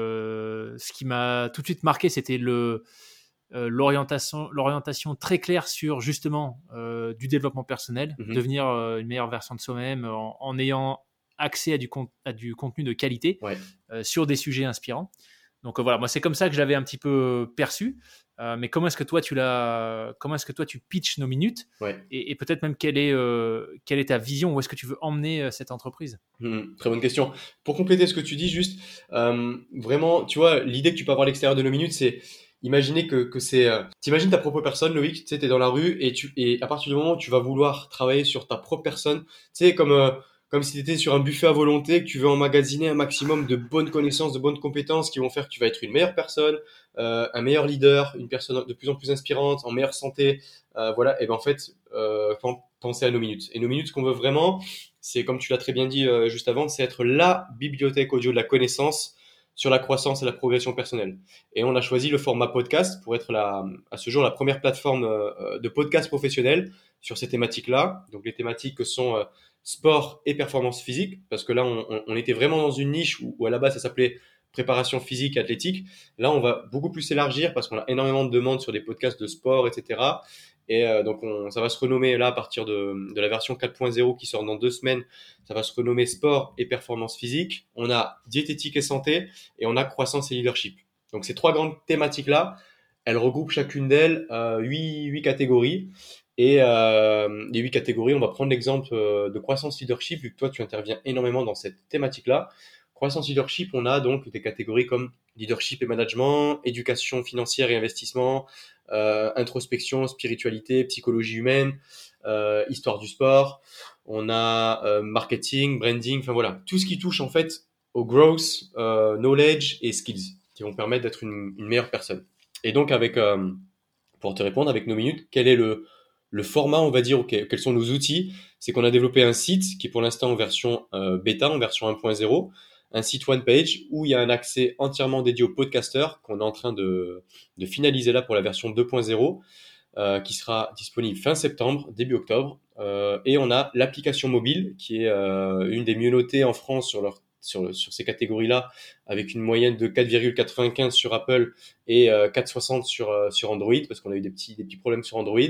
S2: euh, ce qui m'a tout de suite marqué, c'était le, euh, l'orientation, l'orientation très claire sur justement euh, du développement personnel,
S1: Mhm.
S2: devenir euh, une meilleure version de soi-même en, en ayant accès à du, con- à du contenu de qualité
S1: Ouais.
S2: euh, sur des sujets inspirants. Donc euh, voilà, moi c'est comme ça que j'avais un petit peu perçu. Euh, mais comment est-ce que toi tu l'as, comment est-ce que toi tu pitches nos minutes
S1: Ouais.
S2: et, et peut-être même quelle est, euh, quelle est ta vision, où est-ce que tu veux emmener euh, cette entreprise?
S1: Hmm, très bonne question. Pour compléter ce que tu dis, juste, euh, vraiment, tu vois, l'idée que tu peux avoir à l'extérieur de nos minutes, c'est imaginer que, que c'est... Euh, t'imagines ta propre personne, Loïc, tu sais, t'es dans la rue et, tu, et à partir du moment où tu vas vouloir travailler sur ta propre personne, tu sais, comme, euh, comme si tu étais sur un buffet à volonté, que tu veux emmagasiner un maximum de bonnes connaissances, de bonnes compétences qui vont faire que tu vas être une meilleure personne, euh, un meilleur leader, une personne de plus en plus inspirante, en meilleure santé, euh, voilà, et ben en fait, euh, pen- penser à nos minutes. Et nos minutes, ce qu'on veut vraiment, c'est comme tu l'as très bien dit euh, juste avant, c'est être la bibliothèque audio de la connaissance sur la croissance et la progression personnelle. Et on a choisi le format podcast pour être la, à ce jour la première plateforme euh, de podcast professionnel sur ces thématiques-là. Donc les thématiques que sont euh, sport et performance physique, parce que là on, on, on était vraiment dans une niche où, où à la base ça s'appelait préparation physique et athlétique. Là on va beaucoup plus s'élargir parce qu'on a énormément de demandes sur des podcasts de sport, et cetera. Et euh, donc, on, ça va se renommer là à partir de, de la version quatre point zéro qui sort dans deux semaines. Ça va se renommer sport et performance physique. On a diététique et santé et on a croissance et leadership. Donc, ces trois grandes thématiques-là, elles regroupent chacune d'elles euh, huit, huit catégories. Et euh, les huit catégories, on va prendre l'exemple euh, de croissance leadership, vu que toi, tu interviens énormément dans cette thématique-là. Croissance leadership, on a donc des catégories comme leadership et management, éducation financière et investissement, euh, introspection, spiritualité, psychologie humaine, euh, histoire du sport. On a euh, marketing, branding, enfin voilà, tout ce qui touche en fait au growth, euh, knowledge et skills qui vont permettre d'être une, une meilleure personne. Et donc avec, euh, pour te répondre, avec nos minutes, quel est le, le format, on va dire, okay, quels sont nos outils? C'est qu'on a développé un site qui est pour l'instant en version euh, bêta, en version un point zéro, un site one page où il y a un accès entièrement dédié aux podcasters qu'on est en train de, de finaliser là pour la version deux point zéro, euh, qui sera disponible fin septembre, début octobre. Euh, et on a l'application mobile qui est euh, une des mieux notées en France sur leur sur, sur ces catégories-là, avec une moyenne de quatre virgule quatre-vingt-quinze sur Apple et euh, quatre virgule soixante sur euh, sur Android, parce qu'on a eu des petits des petits problèmes sur Android.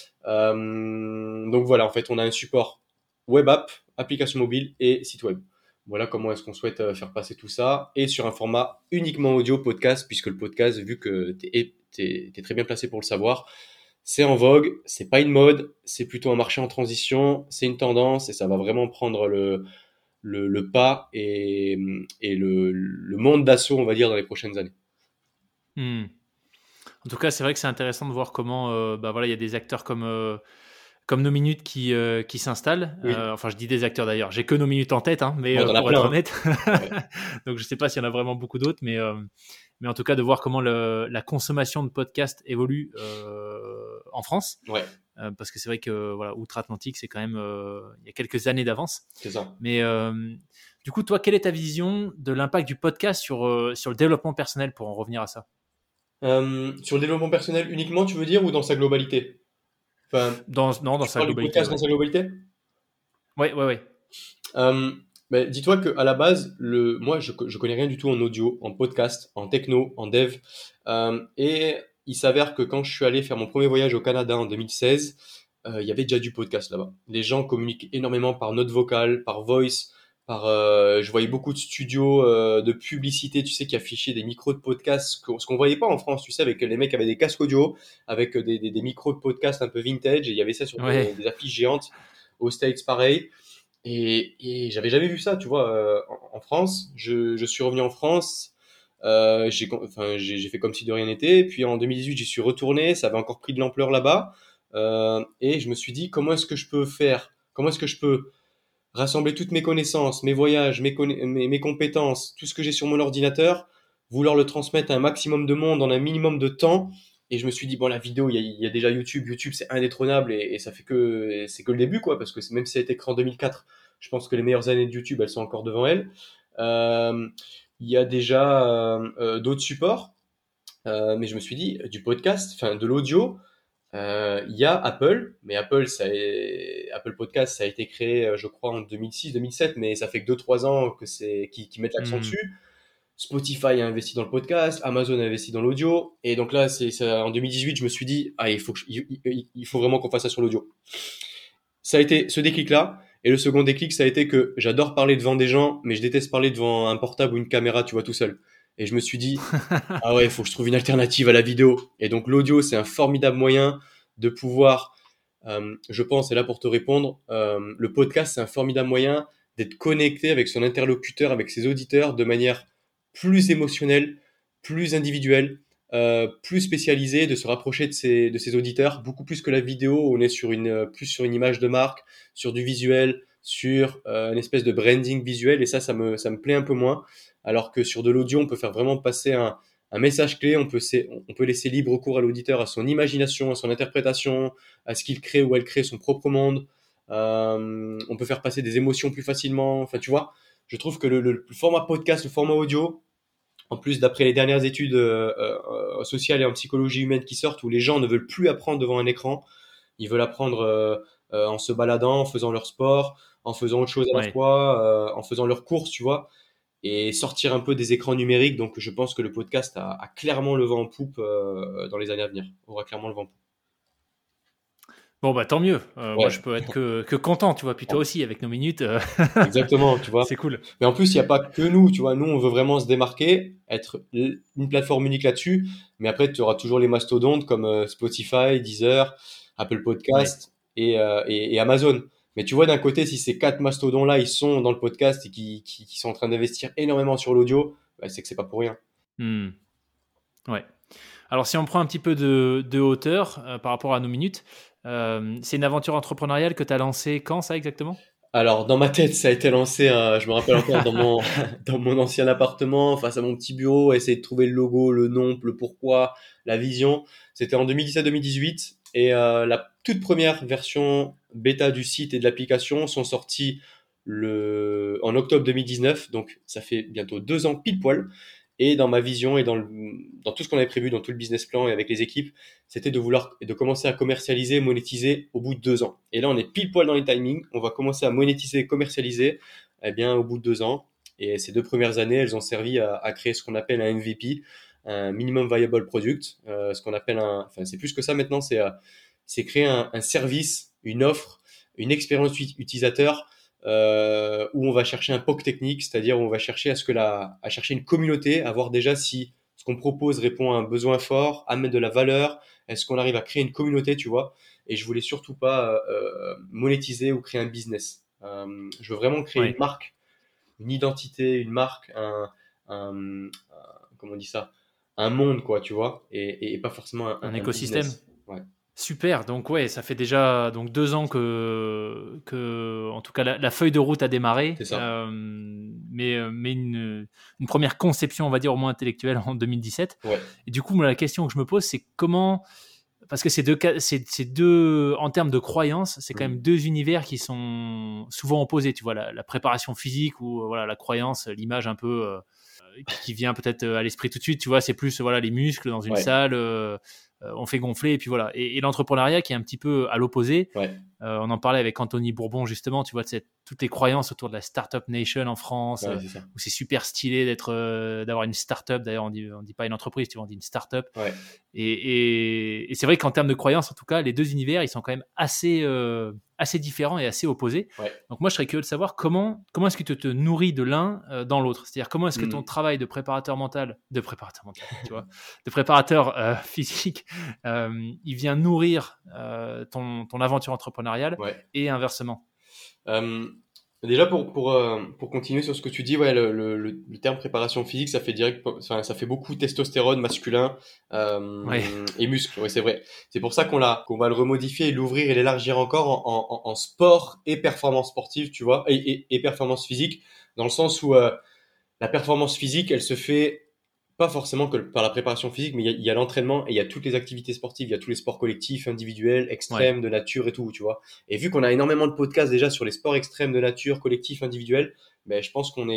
S1: Euh, donc voilà, en fait, on a un support web app, application mobile et site web. Voilà comment est-ce qu'on souhaite euh, faire passer tout ça, et sur un format uniquement audio podcast, puisque le podcast, vu que t'es t'es, t'es très bien placé pour le savoir, c'est en vogue, c'est pas une mode, c'est plutôt un marché en transition, c'est une tendance et ça va vraiment prendre le, le, le pas et, et le, le monde d'assaut, on va dire, dans les prochaines années.
S2: Hmm. En tout cas, c'est vrai que c'est intéressant de voir comment, euh, bah voilà, il y a des acteurs comme euh, comme nos minutes qui euh, qui s'installent.
S1: Oui,
S2: Euh, enfin, je dis des acteurs d'ailleurs. J'ai que nos minutes en tête, hein, mais
S1: bon,
S2: euh,
S1: t'en as
S2: pour
S1: plein,
S2: être
S1: hein.
S2: honnête,
S1: Ouais.
S2: donc je sais pas s'il y en a vraiment beaucoup d'autres, mais euh, mais en tout cas de voir comment le, la consommation de podcasts évolue euh, en France,
S1: Ouais,
S2: euh, parce que c'est vrai que voilà, outre-Atlantique, c'est quand même euh, il y a quelques années d'avance.
S1: c'est ça.
S2: Mais euh, du coup, toi, quelle est ta vision de l'impact du podcast sur euh, sur le développement personnel, pour en revenir à ça?
S1: Euh, sur le développement personnel uniquement, tu veux dire, ou dans sa globalité? Enfin,
S2: Dans non, dans
S1: tu
S2: sa
S1: parles du
S2: globalité,
S1: podcast dans
S2: ouais.
S1: sa globalité?
S2: Ouais, ouais, ouais.
S1: Euh, ben, dis-toi que à la base, le, moi, je, je connais rien du tout en audio, en podcast, en techno, en dev. Euh, et il s'avère que quand je suis allé faire mon premier voyage au Canada en deux mille seize, euh, il y avait déjà du podcast là-bas. Les gens communiquent énormément par note vocale, par voice, par. Euh, je voyais beaucoup de studios euh, de publicité, tu sais, qui affichaient des micros de podcast, ce qu'on ce qu'on voyait pas en France, tu sais, avec les mecs qui avaient des casques audio, avec des, des, des micros de podcast un peu vintage, et il y avait ça sur
S2: Ouais.
S1: des, des affiches géantes. Aux States, pareil. Et, et j'avais jamais vu ça, tu vois, euh, en, en France. Je, je suis revenu en France, euh, j'ai, enfin, j'ai, j'ai fait comme si de rien n'était. Puis en deux mille dix-huit, j'y suis retourné, ça avait encore pris de l'ampleur là-bas. Euh, et je me suis dit, comment est-ce que je peux faire? Comment est-ce que je peux rassembler toutes mes connaissances, mes voyages, mes, conna- mes, mes compétences, tout ce que j'ai sur mon ordinateur, vouloir le transmettre à un maximum de monde en un minimum de temps. Et je me suis dit, bon, la vidéo, il y a, il y a déjà YouTube. YouTube, c'est indétrônable et, et ça fait que, c'est que le début, quoi, parce que c'est- même si ça a été créé en deux mille quatre, je pense que les meilleures années de YouTube, elles sont encore devant elles. Euh, il y a déjà euh, euh, d'autres supports. Euh, mais je me suis dit, du podcast, enfin de l'audio, euh, il y a Apple, mais Apple, ça est- Apple Podcast, ça a été créé, euh, je crois, en deux mille six, deux mille sept, mais ça fait que deux trois ans que c'est, qu'ils, qu'ils mettent l'accent
S2: Hmm.
S1: dessus. Spotify a investi dans le podcast, Amazon a investi dans l'audio, et donc là, c'est, c'est en deux mille dix-huit, je me suis dit, ah, il faut, que je- il, il- il faut vraiment qu'on fasse ça sur l'audio. Ça a été ce déclic-là, et le second déclic, ça a été que j'adore parler devant des gens, mais je déteste parler devant un portable ou une caméra, tu vois, tout seul. Et je me suis dit, ah ouais, il faut que je trouve une alternative à la vidéo. Et donc l'audio, c'est un formidable moyen de pouvoir, euh, je pense, et là pour te répondre, euh, le podcast, c'est un formidable moyen d'être connecté avec son interlocuteur, avec ses auditeurs, de manière plus émotionnelle, plus individuelle, euh, plus spécialisée, de se rapprocher de ses, de ses auditeurs, beaucoup plus que la vidéo, où on est sur une, euh, plus sur une image de marque, sur du visuel, sur euh, une espèce de branding visuel, et ça, ça me, ça me plaît un peu moins. Alors que sur de l'audio, on peut faire vraiment passer un, un message clé, on peut, on peut laisser libre cours à l'auditeur, à son imagination, à son interprétation, à ce qu'il crée ou elle crée son propre monde. Euh, on peut faire passer des émotions plus facilement. Enfin, tu vois, je trouve que le, le, le format podcast, le format audio, en plus, d'après les dernières études euh, euh, sociales et en psychologie humaine qui sortent, où les gens ne veulent plus apprendre devant un écran, ils veulent apprendre euh, euh, en se baladant, en faisant leur sport, en faisant autre chose à la
S2: Ouais.
S1: fois, euh, en faisant leurs courses, tu vois, et sortir un peu des écrans numériques. Donc, je pense que le podcast a, a clairement le vent en poupe euh, dans les années à venir. Aura clairement le vent en poupe.
S2: Bon, bah tant mieux. Euh, moi, je
S1: Ouais,
S2: peux être que, que content, tu vois. Puis toi aussi, avec nos minutes, euh,
S1: exactement, tu vois.
S2: c'est cool.
S1: Mais en plus, il n'y a pas que nous, tu vois. Nous, on veut vraiment se démarquer, être l- une plateforme unique là-dessus. Mais après, tu auras toujours les mastodontes comme euh, Spotify, Deezer, Apple
S2: Ouais.
S1: Podcast et, euh, et, et Amazon. Mais tu vois, d'un côté, si ces quatre mastodons-là, ils sont dans le podcast et qui, qui, qui sont en train d'investir énormément sur l'audio, bah, c'est que c'est pas pour rien.
S2: Hmm. Ouais. Alors, si on prend un petit peu de, de hauteur euh, par rapport à nos minutes, euh, c'est une aventure entrepreneuriale que tu as lancée quand, ça exactement?
S1: Alors, dans ma tête, ça a été lancé, euh, je me rappelle encore, dans mon, dans mon ancien appartement, face à mon petit bureau, essayer de trouver le logo, le nom, le pourquoi, la vision. C'était en deux mille dix-sept deux mille dix-huit. Et euh, la toute première version bêta du site et de l'application sont sorties le, en octobre deux mille dix-neuf. Donc, ça fait bientôt deux ans pile poil. Et dans ma vision et dans, le, dans tout ce qu'on avait prévu, dans tout le business plan et avec les équipes, c'était de vouloir de commencer à commercialiser, monétiser au bout de deux ans. Et là, on est pile poil dans les timings. On va commencer à monétiser, commercialiser, eh bien, au bout de deux ans. Et ces deux premières années, elles ont servi à, à créer ce qu'on appelle un M V P, un minimum viable product, euh, ce qu'on appelle un, enfin, c'est plus que ça maintenant, c'est, euh, c'est créer un, un service, une offre, une expérience utilisateur euh, où on va chercher un P O C technique, c'est-à-dire où on va chercher à ce que la, à chercher une communauté, à voir déjà si ce qu'on propose répond à un besoin fort, amène de la valeur, est-ce qu'on arrive à créer une communauté, tu vois. Et je voulais surtout pas euh, monétiser ou créer un business. Euh, je veux vraiment créer une
S2: Ouais.
S1: marque, une identité, une marque, un, un, un- comment on dit ça, un monde, quoi, tu vois, et, et pas forcément un,
S2: Un
S1: un
S2: écosystème.
S1: business. Ouais,
S2: Super, donc ouais, ça fait déjà donc deux ans que, que en tout cas, la, la feuille de route a démarré,
S1: c'est ça.
S2: euh, mais, euh, mais une, une première conception, on va dire, au moins intellectuelle en deux mille dix-sept.
S1: Ouais.
S2: Et du coup, moi, la question que je me pose, c'est comment, parce que ces deux, cas- ces, ces deux, en termes de croyances, c'est quand
S1: Mhm.
S2: même deux univers qui sont souvent opposés, tu vois, la, la préparation physique ou euh, voilà, la croyance, l'image un peu euh, qui, qui vient peut-être à l'esprit tout de suite, tu vois, c'est plus voilà, les muscles dans une
S1: Ouais,
S2: salle, euh, euh, on fait gonfler, et puis voilà. Et, et l'entrepreneuriat qui est un petit peu à l'opposé,
S1: ouais,
S2: euh, on en parlait avec Anthony Bourbon justement, tu vois, de cette, toutes les croyances autour de la Startup Nation en France,
S1: ouais,
S2: euh,
S1: c'est ça.
S2: où c'est super stylé d'être, euh, d'avoir une startup. D'ailleurs, on dit, on dit pas une entreprise, tu vois, on dit une startup.
S1: Ouais.
S2: Et, et, et c'est vrai qu'en termes de croyances, en tout cas, les deux univers, ils sont quand même assez, euh, assez différents et assez opposés.
S1: Ouais.
S2: Donc moi, je serais curieux de savoir comment, comment est-ce que tu te nourris de l'un euh, dans l'autre. C'est-à-dire comment est-ce que ton
S1: Mhm.
S2: travail de préparateur mental, de préparateur mental, tu vois, de préparateur euh, physique, euh, il vient nourrir euh, ton, ton aventure entrepreneuriale
S1: Ouais.
S2: et inversement.
S1: Euh, déjà pour pour euh, pour continuer sur ce que tu dis, ouais, le, le, le le terme préparation physique, ça fait direct, enfin, ça fait beaucoup testostérone masculin
S2: Ouais,
S1: euh, et muscle. Ouais, c'est vrai. C'est pour ça qu'on l'a qu'on va le remodifier et l'ouvrir et l'élargir encore en, en, en sport et performance sportive, tu vois, et, et, et performance physique, dans le sens où euh, la performance physique, elle se fait pas forcément que par la préparation physique, mais il y a, il y a l'entraînement et il y a toutes les activités sportives, il y a tous les sports collectifs, individuels,
S2: ouais,
S1: extrêmes, de nature et tout, tu vois. Et vu qu'on a énormément de podcasts déjà sur les sports extrêmes, de nature, collectifs, individuels, ben, je pense qu'on est,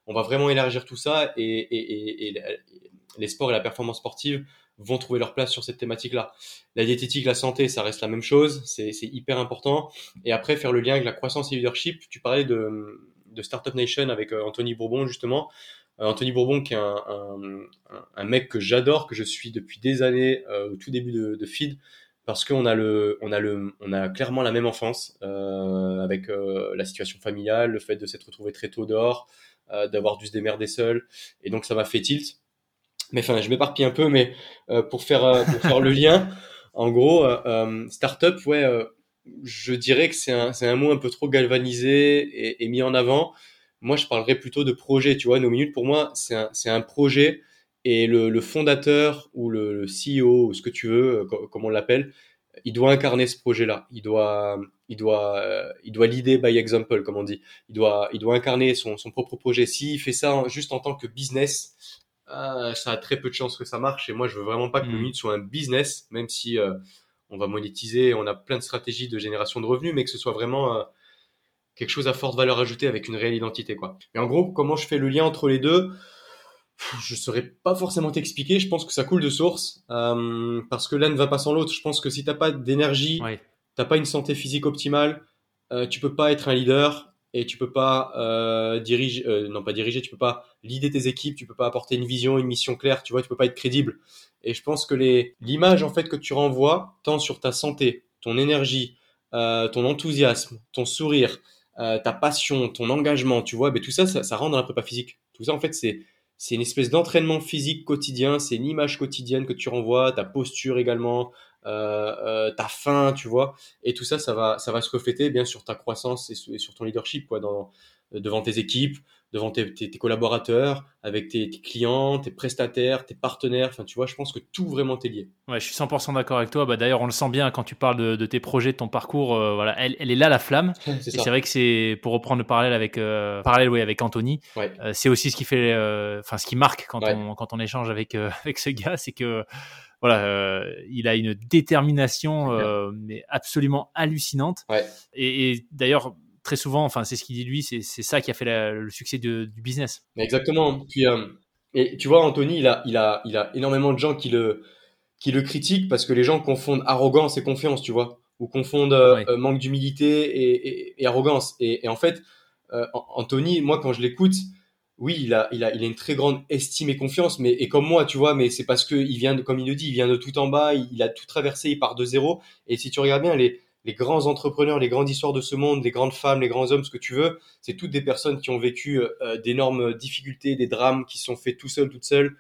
S1: on va vraiment élargir tout ça et, et, et, et les sports et la performance sportive vont trouver leur place sur cette thématique-là. La diététique, la santé, ça reste la même chose, c'est, c'est hyper important. Et après, faire le lien avec la croissance et le leadership, tu parlais de, de Startup Nation avec euh, Anthony Bourbon, justement. Euh, Anthony Bourbon, qui est un, un, un mec que j'adore, que je suis depuis des années euh, au tout début de, de Feed, parce qu'on a le, on a le, on a clairement la même enfance euh, avec euh, la situation familiale, le fait de s'être retrouvé très tôt dehors, euh, d'avoir dû se démerder seul, et donc ça m'a fait tilt. Mais enfin, je m'éparpille un peu, mais euh, pour faire euh, pour faire le lien, en gros, euh, euh, startup, ouais, euh, je dirais que c'est un c'est un mot un peu trop galvanisé et, et mis en avant. Moi, je parlerais plutôt de projet. Tu vois, nos minutes pour moi, c'est un c'est un projet et le, le fondateur ou le, le C E O ou ce que tu veux, euh, co- comme on l'appelle, il doit incarner ce projet-là. Il doit il doit euh, il doit leader by example, comme on dit. Il doit il doit incarner son son propre projet. S'il fait ça en- juste en tant que business, euh, ça a très peu de chances que ça marche. Et moi, je veux vraiment pas que nos
S2: Hmm.
S1: minutes soient un business, même si euh, on va monétiser, on a plein de stratégies de génération de revenus, mais que ce soit vraiment euh, quelque chose à forte valeur ajoutée avec une réelle identité, quoi. Et en gros, comment je fais le lien entre les deux? Pff, je saurais pas forcément t'expliquer. Je pense que ça coule de source euh, parce que l'un ne va pas sans l'autre. Je pense que si t'as pas d'énergie,
S2: Ouais.
S1: t'as pas une santé physique optimale, euh, tu peux pas être un leader et tu peux pas euh, diriger, euh, non pas diriger, tu peux pas leader tes équipes, tu peux pas apporter une vision, une mission claire, tu vois, tu peux pas être crédible. Et je pense que les l'image en fait que tu renvoies, tant sur ta santé, ton énergie, euh, ton enthousiasme, ton sourire, euh, ta passion, ton engagement, tu vois, ben tout ça, ça, ça rentre dans la prépa physique. Tout ça en fait, c'est c'est une espèce d'entraînement physique quotidien, c'est une image quotidienne que tu renvoies, ta posture également, euh, euh, ta faim, tu vois. Et tout ça, ça va, ça va se refléter bien sur ta croissance et, sur- et sur ton leadership, quoi, dans, devant tes équipes, devant tes, tes, tes collaborateurs, avec tes, tes clients, tes prestataires, tes partenaires. Enfin, tu vois, je pense que tout vraiment t'est lié.
S2: Ouais, je suis cent pour cent d'accord avec toi. Bah, d'ailleurs, on le sent bien quand tu parles de, de tes projets, de ton parcours. Euh, voilà, elle, elle est là, la flamme.
S1: C'est
S2: Et c'est
S1: ça.
S2: vrai que c'est, pour reprendre le parallèle avec, euh, parallèle, oui, avec Anthony,
S1: Ouais,
S2: euh, c'est aussi ce qui fait, euh, enfin, ce qui marque quand
S1: ouais,
S2: on, quand on échange avec, euh, avec ce gars, c'est que, voilà, euh, il a une détermination,
S1: c'est clair.
S2: euh, mais absolument hallucinante.
S1: Ouais,
S2: Et, et d'ailleurs, très souvent, enfin, c'est ce qu'il dit lui, c'est, c'est ça qui a fait la- le succès de- du business.
S1: mais exactement. Puis, euh, et tu vois, Anthony, il a, il a, il a énormément de gens qui le, qui le critiquent parce que les gens confondent arrogance et confiance, tu vois, ou confondent euh,
S2: Ouais.
S1: euh, manque d'humilité et, et, et arrogance. Et, et en fait, euh, Anthony, moi, quand je l'écoute, oui, il a, il a, il a une très grande estime et confiance, mais et comme moi, tu vois, mais c'est parce que il vient de, comme il le dit, il vient de tout en bas, il, il a tout traversé, il part de zéro. Et si tu regardes bien les, les grands entrepreneurs, les grandes histoires de ce monde, les grandes femmes, les grands hommes, ce que tu veux, c'est toutes des personnes qui ont vécu euh, d'énormes difficultés, des drames, qui se sont faits tout seuls, toutes seules.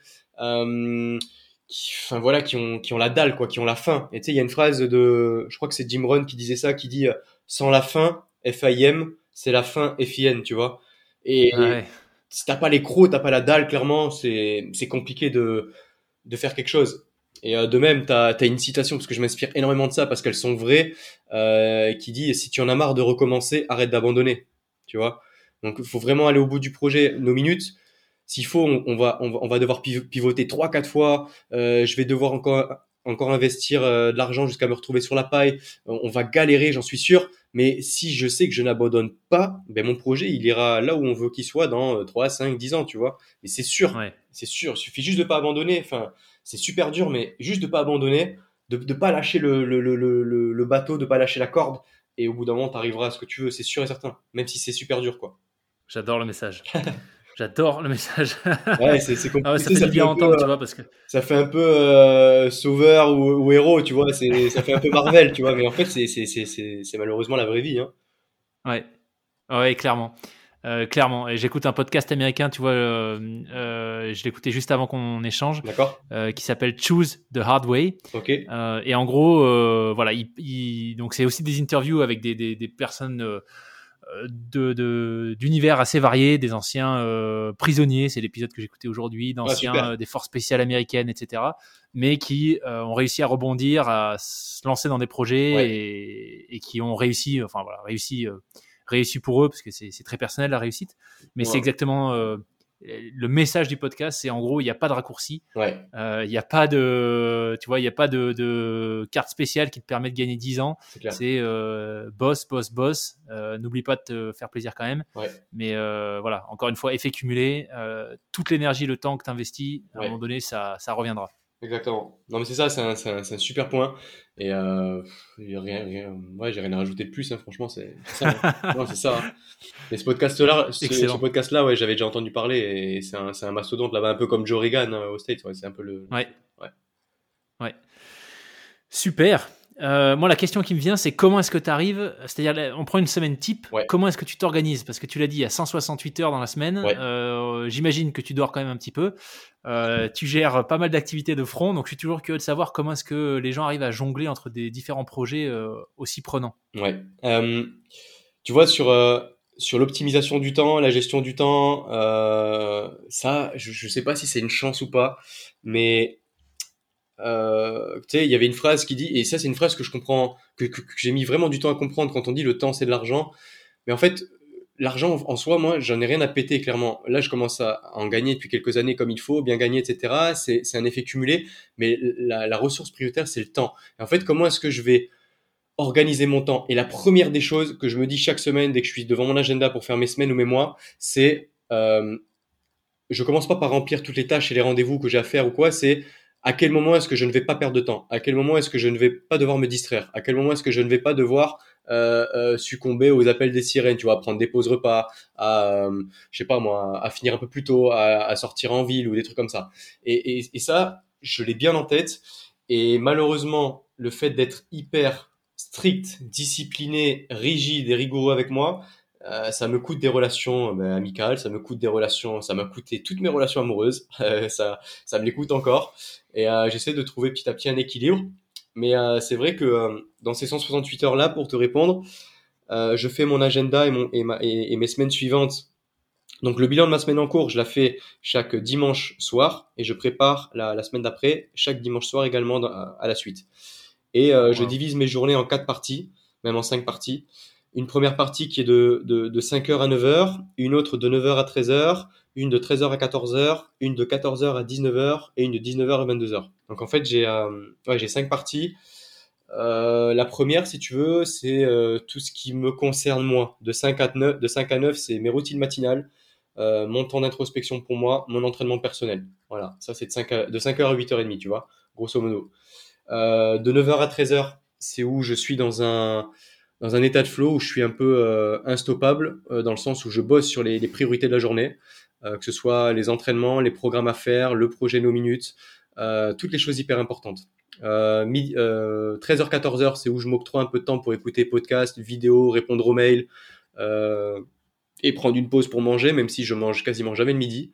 S1: Euh, qui, enfin voilà, qui ont, qui ont la dalle, quoi, qui ont la faim. Et tu sais, il y a une phrase de, je crois que c'est Jim Rohn qui disait ça, qui dit, euh, sans la faim, F I M, c'est la faim, F I N, tu vois. Et
S2: Ouais.
S1: si t'as pas les crocs, t'as pas la dalle, clairement, c'est, c'est compliqué de, de faire quelque chose. Et euh, de même, t'as, t'as une citation, parce que je m'inspire énormément de ça, parce qu'elles sont vraies, euh, qui dit, si tu en as marre de recommencer, arrête d'abandonner, tu vois. Donc, il faut vraiment aller au bout du projet. Nos minutes, s'il faut, on, on va, on va, on va devoir piv- pivoter trois, quatre fois. Euh, je vais devoir encore, encore investir euh, de l'argent jusqu'à me retrouver sur la paille. On, on va galérer, j'en suis sûr. Mais si je sais que je n'abandonne pas, ben mon projet, il ira là où on veut qu'il soit dans euh, trois, cinq, dix ans, tu vois. Mais c'est sûr,
S2: Ouais.
S1: c'est sûr. Il suffit juste de pas abandonner. Enfin, c'est super dur, mais juste de pas abandonner, de, de pas lâcher le, le, le, le, le bateau, de pas lâcher la corde. Et au bout d'un moment, tu arriveras à ce que tu veux, c'est sûr et certain. Même si c'est super dur, quoi.
S2: J'adore le message. J'adore le message.
S1: Ouais, c'est c'est
S2: Ah ouais,
S1: compliqué,
S2: ça
S1: tu sais,
S2: fait
S1: ça
S2: du
S1: fait
S2: bien
S1: un
S2: à
S1: peu,
S2: entendre, tu
S1: euh,
S2: vois, parce que
S1: ça fait un peu euh, sauveur ou, ou héros, tu vois. C'est, ça fait un peu Marvel, tu vois. Mais en fait, c'est, c'est, c'est, c'est, c'est malheureusement la vraie vie, hein.
S2: ouais, ouais, clairement. Euh, clairement. Et j'écoute un podcast américain, tu vois, euh, euh, je l'écoutais juste avant qu'on échange,
S1: D'accord?
S2: euh, qui s'appelle Choose the Hard Way.
S1: Ok.
S2: Euh, et en gros, euh, voilà, il, il- donc c'est aussi des interviews avec des, des, des personnes euh, de, de- d'univers assez variés, des anciens euh, prisonniers, c'est l'épisode que j'écoutais aujourd'hui,
S1: Ah,
S2: d'anciens
S1: super.
S2: euh, des forces spéciales américaines, et cetera, mais qui euh, ont réussi à rebondir, à se lancer dans des projets
S1: Ouais.
S2: et, et qui ont réussi, enfin voilà, réussi, euh, réussi pour eux, parce que c'est, c'est très personnel la réussite, mais c'est
S1: Ouais.
S2: exactement euh, le message du podcast, c'est en gros, il n'y a pas de raccourci.
S1: Ouais.
S2: Euh, il n'y a pas de, tu vois, il n'y a pas de, de carte spéciale qui te permet de gagner dix ans.
S1: C'est clair.
S2: C'est euh, boss, boss, boss. Euh, n'oublie pas de te faire plaisir quand même.
S1: Ouais.
S2: Mais euh, voilà, encore une fois, effet cumulé. Euh, toute l'énergie, le temps que tu investis, à
S1: Ouais.
S2: un moment donné, ça, ça reviendra.
S1: Exactement. Non, mais c'est ça, c'est un, c'est un, c'est un super point. Et euh, y a rien, rien, ouais, j'ai rien à rajouter de plus, hein, franchement, c'est, c'est ça. Hein. Non, c'est ça. Hein. Et ce podcast-là, ce, ce podcast-là, ouais, j'avais déjà entendu parler. Et c'est un, c'est un mastodonte là-bas, un peu comme Joe Rogan hein, aux States. Ouais, c'est un peu le.
S2: Ouais.
S1: Ouais.
S2: Ouais. Super. Euh, moi, la question qui me vient, c'est comment est-ce que tu arrives, c'est-à-dire, on prend une semaine type,
S1: ouais.
S2: comment est-ce que tu t'organises? Parce que tu l'as dit, il y a cent soixante-huit heures dans la semaine.
S1: Ouais.
S2: Euh, j'imagine que tu dors quand même un petit peu. Euh, tu gères pas mal d'activités de front, donc je suis toujours curieux de savoir comment est-ce que les gens arrivent à jongler entre des différents projets euh, aussi prenants.
S1: Ouais. Euh, tu vois, sur, euh, sur l'optimisation du temps, la gestion du temps, euh, ça, je, je sais pas si c'est une chance ou pas, mais Euh, tu sais, il y avait une phrase qui dit, et ça c'est une phrase que je comprends, que, que, que j'ai mis vraiment du temps à comprendre quand on dit le temps c'est de l'argent. Mais en fait, l'argent en soi, moi, j'en ai rien à péter clairement. Là, je commence à en gagner depuis quelques années comme il faut, bien gagner, et cetera. C'est, c'est un effet cumulé, mais la, la ressource prioritaire c'est le temps. Et en fait, comment est-ce que je vais organiser mon temps? Et la première des choses que je me dis chaque semaine dès que je suis devant mon agenda pour faire mes semaines ou mes mois, c'est euh, je commence pas par remplir toutes les tâches et les rendez-vous que j'ai à faire ou quoi, c'est à quel moment est-ce que je ne vais pas perdre de temps? À quel moment est-ce que je ne vais pas devoir me distraire? À quel moment est-ce que je ne vais pas devoir euh, euh, succomber aux appels des sirènes? Tu vois, à prendre des pauses repas, à, euh, je sais pas moi, à finir un peu plus tôt, à, à sortir en ville ou des trucs comme ça. Et, et, et ça, je l'ai bien en tête. Et malheureusement, le fait d'être hyper strict, discipliné, rigide et rigoureux avec moi, euh, ça me coûte des relations ben, amicales, ça me coûte des relations, ça m'a coûté toutes mes relations amoureuses, euh, ça, ça me les coûte encore. Et euh, j'essaie de trouver petit à petit un équilibre. Mais euh, c'est vrai que euh, dans ces cent soixante-huit heures-là, pour te répondre, euh, je fais mon agenda et, mon, et, ma, et, et mes semaines suivantes. Donc le bilan de ma semaine en cours, je la fais chaque dimanche soir et je prépare la, la semaine d'après chaque dimanche soir également dans, à, à la suite. Et euh, wow. Je divise mes journées en quatre parties, même en cinq parties. Une première partie qui est de, de, de cinq heures à neuf heures, une autre de neuf heures à treize heures, une de treize heures à quatorze heures, une de quatorze heures à dix-neuf heures et une de dix-neuf heures à vingt-deux heures. Donc en fait, j'ai, euh, ouais, j'ai cinq parties. Euh, la première, si tu veux, c'est euh, tout ce qui me concerne moi. De cinq à neuf, de cinq à neuf, c'est mes routines matinales, euh, mon temps d'introspection pour moi, mon entraînement personnel. Voilà, ça c'est de cinq, à, de cinq heures à huit heures trente, tu vois, grosso modo. Euh, de neuf heures à treize heures, c'est où je suis dans un... dans un état de flow où je suis un peu euh, instoppable, euh, dans le sens où je bosse sur les, les priorités de la journée, euh, que ce soit les entraînements, les programmes à faire, le projet No Minutes, euh, toutes les choses hyper importantes. Euh, euh, treize heures quatorze heures, c'est où je m'octroie un peu de temps pour écouter podcasts, vidéos, répondre aux mails euh, et prendre une pause pour manger, même si je mange quasiment jamais le midi.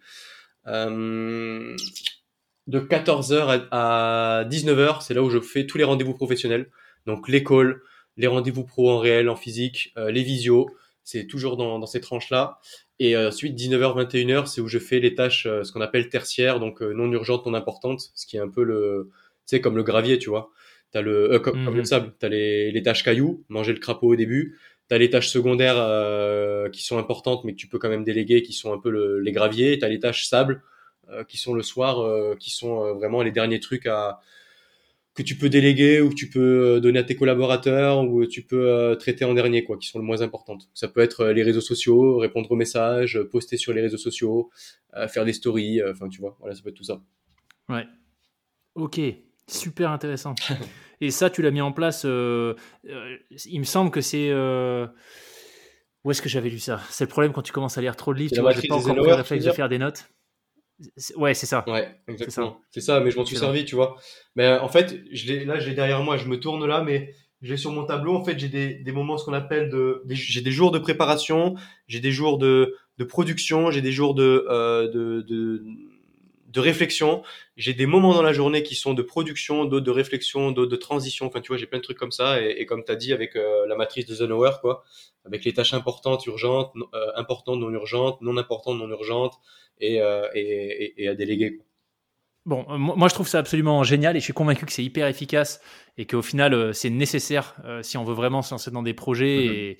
S1: Euh, de quatorze heures à dix-neuf heures, c'est là où je fais tous les rendez-vous professionnels, donc l'école, les rendez-vous pro en réel, en physique, euh, les visios, c'est toujours dans, dans ces tranches-là. Et euh, ensuite, dix-neuf heures, vingt et une heures, c'est où je fais les tâches, euh, ce qu'on appelle tertiaires, donc euh, non urgentes, non importantes, ce qui est un peu le, tu sais, comme le gravier, tu vois. T'as le, euh, comme, mm-hmm. comme le sable, t'as les, les tâches cailloux, manger le crapaud au début. T'as les tâches secondaires euh, qui sont importantes, mais que tu peux quand même déléguer, qui sont un peu le, les graviers. T'as les tâches sable, euh, qui sont le soir, euh, qui sont euh, vraiment les derniers trucs à que tu peux déléguer ou que tu peux donner à tes collaborateurs ou tu peux euh, traiter en dernier, quoi, qui sont les moins importantes. Ça peut être les réseaux sociaux, répondre aux messages, poster sur les réseaux sociaux, euh, faire des stories, enfin, euh, tu vois, voilà, ça peut être tout ça.
S2: Ouais. Ok, super intéressant. Et ça, tu l'as mis en place, euh, euh, il me semble que c'est... Euh... Où est-ce que j'avais lu ça? C'est le problème quand tu commences à lire trop de livres,
S1: c'est
S2: tu vois, j'ai pas encore pris le réflexe de faire des notes. C'est... Ouais, c'est ça.
S1: Ouais, exactement. C'est ça, c'est ça mais je m'en suis servi, tu vois. Mais en fait, je l'ai, là, j'ai derrière moi, je me tourne là, mais j'ai sur mon tableau, en fait, j'ai des, des moments, ce qu'on appelle de, des, j'ai des jours de préparation, j'ai des jours de, de production, j'ai des jours de, euh, de, de, de réflexion, j'ai des moments dans la journée qui sont de production, d'autres de réflexion, d'autres de transition. Enfin, tu vois, j'ai plein de trucs comme ça. Et, et comme tu as dit, avec euh, la matrice de Eisenhower, quoi, avec les tâches importantes, urgentes, euh, importantes, non urgentes, non importantes, non urgentes, et, euh, et, et, et à déléguer, quoi.
S2: Bon, euh, moi je trouve ça absolument génial et je suis convaincu que c'est hyper efficace et qu'au final euh, c'est nécessaire euh, si on veut vraiment se lancer dans des projets. Mm-hmm. et,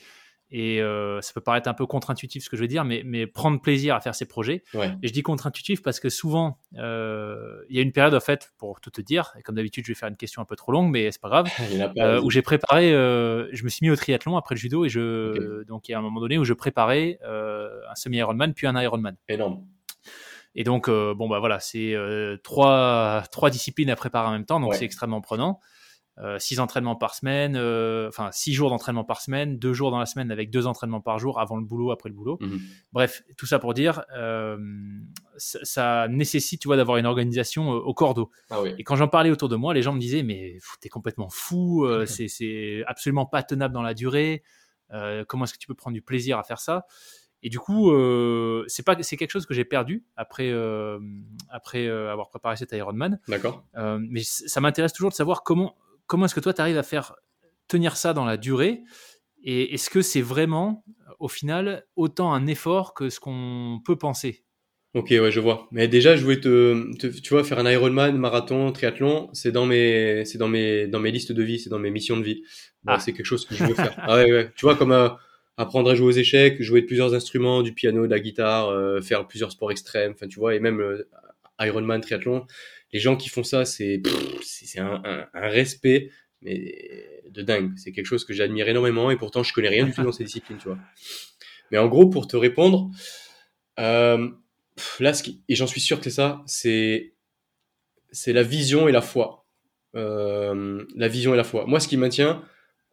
S2: Et euh, ça peut paraître un peu contre-intuitif ce que je veux dire, mais, mais prendre plaisir à faire ces projets.
S1: Ouais.
S2: Et je dis contre-intuitif parce que souvent, euh, il y a une période, en fait, pour tout te dire, et comme d'habitude, je vais faire une question un peu trop longue, mais c'est pas grave,
S1: Il y en a pas,
S2: euh,
S1: vas-y.
S2: où j'ai préparé, euh, je me suis mis au triathlon après le judo, et je,
S1: Ok.
S2: donc il y a un moment donné où je préparais euh, un semi-Ironman, puis un Ironman.
S1: Énorme.
S2: Et donc, euh, bon, bah voilà, c'est euh, trois, trois disciplines à préparer en même temps, donc
S1: Ouais.
S2: c'est extrêmement prenant. Euh, six entraînements par semaine, euh, enfin six jours d'entraînement par semaine, deux jours dans la semaine avec deux entraînements par jour avant le boulot, après le boulot.
S1: Mhm.
S2: Bref, tout ça pour dire, euh, ça, ça nécessite, tu vois, d'avoir une organisation euh, au cordeau.
S1: Ah oui.
S2: Et quand j'en parlais autour de moi, les gens me disaient, mais pff, t'es complètement fou, euh, c'est, c'est absolument pas tenable dans la durée. Euh, comment est-ce que tu peux prendre du plaisir à faire ça? Et du coup, euh, c'est pas, c'est quelque chose que j'ai perdu après, euh, après euh, avoir préparé cet Ironman.
S1: D'accord.
S2: Euh, mais c- ça m'intéresse toujours de savoir comment, comment est-ce que toi, tu arrives à faire tenir ça dans la durée. Et est-ce que c'est vraiment, au final, autant un effort que ce qu'on peut penser?
S1: Ok, ouais, je vois. Mais déjà, je voulais te, te- tu vois, faire un Ironman, marathon, triathlon, c'est dans mes, c'est dans mes, dans mes listes de vie, c'est dans mes missions de vie. Moi,
S2: Ah,
S1: c'est quelque chose que je veux faire. Ah ouais, ouais. Tu vois, comme euh, apprendre à jouer aux échecs, jouer de plusieurs instruments, du piano, de la guitare, euh, faire plusieurs sports extrêmes. Enfin, tu vois, et même euh, Ironman, triathlon. Les gens qui font ça, c'est, pff, c'est c'est un, un, un respect, mais de dingue. C'est quelque chose que j'admire énormément, et pourtant, je connais rien du tout dans ces disciplines, tu vois. Mais en gros, pour te répondre. Euh, pff, là, ce qui, et j'en suis sûr que c'est ça, c'est c'est la vision et la foi. Euh, la vision et la foi. Moi, ce qui maintient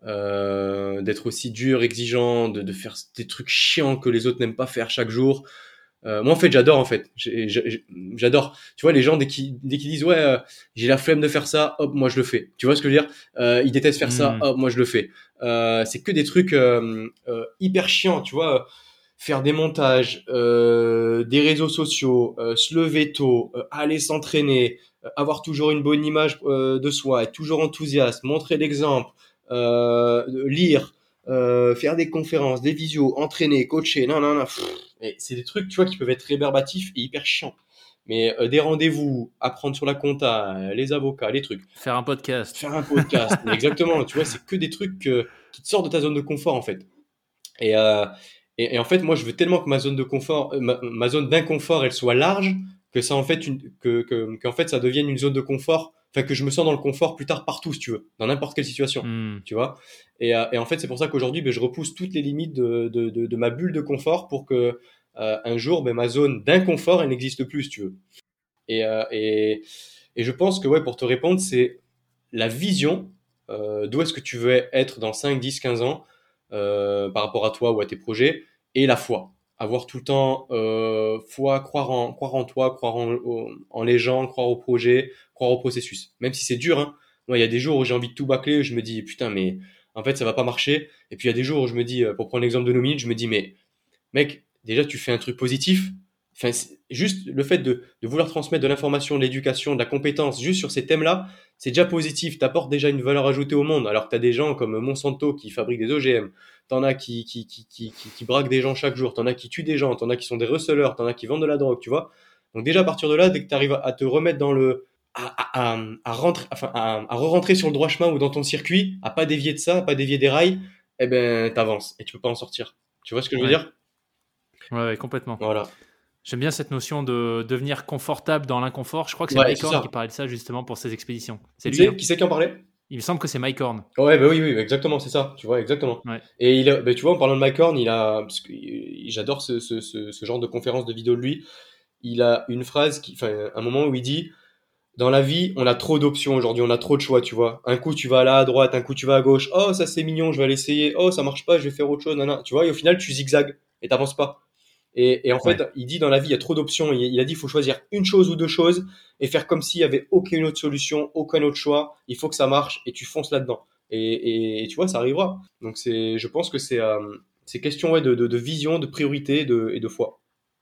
S1: euh, d'être aussi dur, exigeant, de, de faire des trucs chiants que les autres n'aiment pas faire chaque jour. Euh, moi, en fait, j'adore. En fait, J'ai- j'ai- j'adore. Tu vois, les gens dès qu'ils dès qu'ils disent ouais, euh, j'ai la flemme de faire ça, hop, moi je le fais. Tu vois ce que je veux dire? Euh, ils détestent faire ça,
S2: hmm,
S1: hop, moi je le fais. Euh, c'est que des trucs euh, euh, hyper chiants, tu vois. Faire des montages, euh, des réseaux sociaux, euh, se lever tôt, euh, aller s'entraîner, euh, avoir toujours une bonne image euh, de soi, être toujours enthousiaste, montrer l'exemple, euh, lire, euh, faire des conférences, des visios, entraîner, coacher, non, non, non. pff. Et c'est des trucs, tu vois, qui peuvent être rébarbatifs et hyper chiants. Mais euh, des rendez-vous, apprendre sur la compta, euh, les avocats, les trucs,
S2: faire un podcast.
S1: faire un podcast, mais exactement, tu vois, c'est que des trucs euh, qui te sortent de ta zone de confort, en fait. Et, euh, et, et en fait, moi, je veux tellement que ma zone de confort, euh, ma, ma zone d'inconfort, elle soit large, que ça en fait une, que, que, qu'en fait, ça devienne une zone de confort, enfin que je me sens dans le confort plus tard partout, si tu veux, dans n'importe quelle situation,
S2: Hmm.
S1: tu vois. Et, euh, et en fait, c'est pour ça qu'aujourd'hui, ben, je repousse toutes les limites de, de, de, de ma bulle de confort pour que euh, un jour, ben, ma zone d'inconfort, elle n'existe plus, si tu veux. Et, euh, et, et je pense que ouais, pour te répondre, c'est la vision, euh, d'où est-ce que tu veux être dans cinq, dix, quinze ans euh, par rapport à toi ou à tes projets, et la foi. Avoir tout le temps euh, foi, croire en, croire en toi, croire en, au- en les gens, croire au projet, croire au processus. Même si c'est dur, hein. Moi, il y a des jours où j'ai envie de tout bâcler, je me dis, putain, mais en fait, ça va pas marcher. Et puis, il y a des jours où je me dis, euh, pour prendre l'exemple de nos minutes, je me dis, mais mec, déjà, tu fais un truc positif. Enfin, c'est- juste le fait de, de vouloir transmettre de l'information, de l'éducation, de la compétence, juste sur ces thèmes-là, c'est déjà positif. T'apportes déjà une valeur ajoutée au monde. Alors que t'as des gens comme Monsanto qui fabriquent des O G M. T'en as qui, qui, qui, qui, qui, qui braquent des gens chaque jour. T'en as qui tuent des gens. T'en as qui sont des receleurs. T'en as qui vendent de la drogue, tu vois. Donc déjà, à partir de là, dès que t'arrives à te remettre dans le, à, à, à, à rentrer, enfin, à, à re-rentrer sur le droit chemin ou dans ton circuit, à pas dévier de ça, à pas dévier des rails, eh ben, t'avances et tu peux pas en sortir. Tu vois ce que je veux
S2: Ouais.
S1: dire?
S2: Ouais, ouais, complètement.
S1: Voilà.
S2: J'aime bien cette notion de devenir confortable dans l'inconfort. Je crois que c'est
S1: Ouais,
S2: Mike
S1: c'est
S2: Horn qui
S1: ça.
S2: parlait de ça justement pour ses expéditions. C'est
S1: Qui
S2: lui,
S1: c'est,
S2: hein.
S1: qui c'est qui en parlait?
S2: Il me semble que c'est Mike Horn.
S1: Ouais, bah oui, oui, exactement, c'est ça. Tu vois, exactement.
S2: Ouais.
S1: Et il a, bah, tu vois, en parlant de Mike Horn, il a, parce que euh, j'adore ce, ce, ce, ce genre de conférence de vidéo de lui. Il a une phrase qui, enfin, un moment où il dit, dans la vie, on a trop d'options aujourd'hui, on a trop de choix, tu vois. Un coup, tu vas là à droite, un coup, tu vas à gauche. Oh, ça c'est mignon, je vais l'essayer. Oh, ça marche pas, je vais faire autre chose. Nanana. Tu vois, et au final, tu zigzags et t'avances pas. Et, et en
S2: Ouais.
S1: fait, il dit dans la vie, il y a trop d'options. Il, il a dit, il faut choisir une chose ou deux choses et faire comme s'il y avait aucune autre solution, aucun autre choix. Il faut que ça marche et tu fonces là-dedans. Et, et, et tu vois, ça arrivera. Donc c'est, je pense que c'est, euh, c'est question ouais, de, de, de vision, de priorité de, et de foi.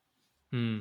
S2: Hmm.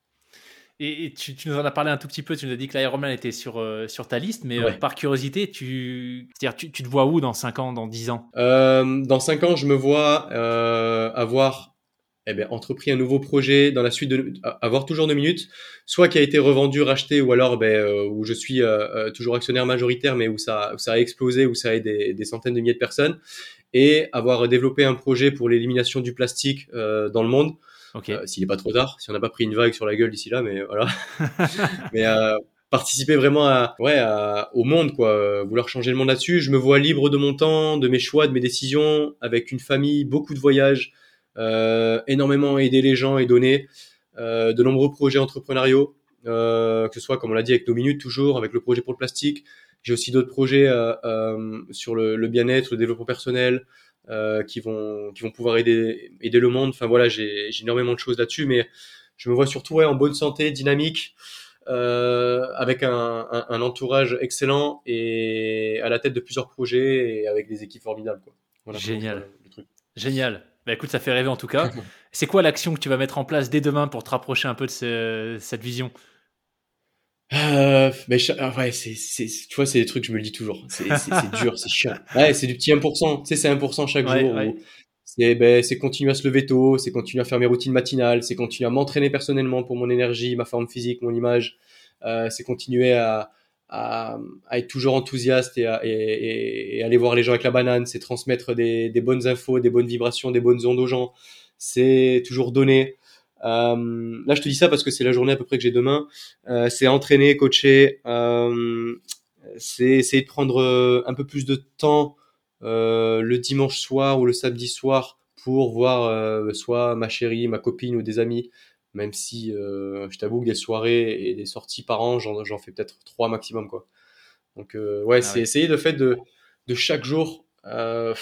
S2: Et, et tu, tu nous en as parlé un tout petit peu. Tu nous as dit que l'Ironman était sur, euh, sur ta liste, mais euh,
S1: Ouais.
S2: par curiosité, tu, c'est-à-dire, tu, tu te vois où dans cinq ans, dans dix ans?
S1: Euh, dans cinq ans, je me vois euh, avoir eh bien, entrepris un nouveau projet dans la suite de avoir toujours deux minutes, soit qui a été revendu, racheté, ou alors ben, euh, où je suis euh, euh, toujours actionnaire majoritaire, mais où ça, où ça a explosé, où ça a des, des centaines de milliers de personnes. et avoir développé un projet pour l'élimination du plastique euh, dans le monde.
S2: Okay.
S1: Euh, s'il n'est pas trop tard, si on n'a pas pris une vague sur la gueule d'ici là, mais voilà. mais euh, participer vraiment à, ouais, à, au monde, quoi. Euh, vouloir changer le monde là-dessus. Je me vois libre de mon temps, de mes choix, de mes décisions, avec une famille, beaucoup de voyages, euh, énormément aider les gens et donner, euh, de nombreux projets entrepreneuriaux, euh, que ce soit, comme on l'a dit, avec nos minutes toujours, avec le projet pour le plastique. J'ai aussi d'autres projets euh, euh, sur le, le bien-être, le développement personnel, euh, qui vont qui vont pouvoir aider aider le monde. Enfin voilà, j'ai j'ai énormément de choses là-dessus, mais je me vois surtout ouais, en bonne santé, dynamique, euh, avec un, un, un entourage excellent et à la tête de plusieurs projets et avec des équipes formidables, quoi. Voilà comment je vois
S2: Génial.
S1: le truc.
S2: Génial. Bah écoute, ça fait rêver en tout cas. C'est quoi l'action que tu vas mettre en place dès demain pour te rapprocher un peu de ce- cette vision?
S1: Euh, mais cha- ah ouais, c'est, c'est, tu vois, c'est des trucs, je me le dis toujours. C'est, c'est, c'est dur, c'est chiant. Ouais, c'est du petit un pour cent. Tu sais, c'est un pour cent chaque
S2: Ouais,
S1: jour
S2: ouais.
S1: où c'est, ben, c'est continuer à se lever tôt, c'est continuer à faire mes routines matinales, c'est continuer à m'entraîner personnellement pour mon énergie, ma forme physique, mon image. Euh, c'est continuer à, à, à être toujours enthousiaste et, à, et, et, et aller voir les gens avec la banane. C'est transmettre des, des bonnes infos, des bonnes vibrations, des bonnes ondes aux gens. C'est toujours donner. Euh, là, je te dis ça parce que c'est la journée à peu près que j'ai demain. Euh, c'est entraîner, coacher, euh, c'est essayer de prendre euh, un peu plus de temps euh, le dimanche soir ou le samedi soir pour voir euh, soit ma chérie, ma copine ou des amis. Même si euh, je t'avoue que des soirées et des sorties par an, j'en, j'en fais peut-être trois maximum, quoi. Donc euh, ouais,
S2: Ah
S1: c'est
S2: ouais.
S1: essayer de fait de, de chaque jour euh,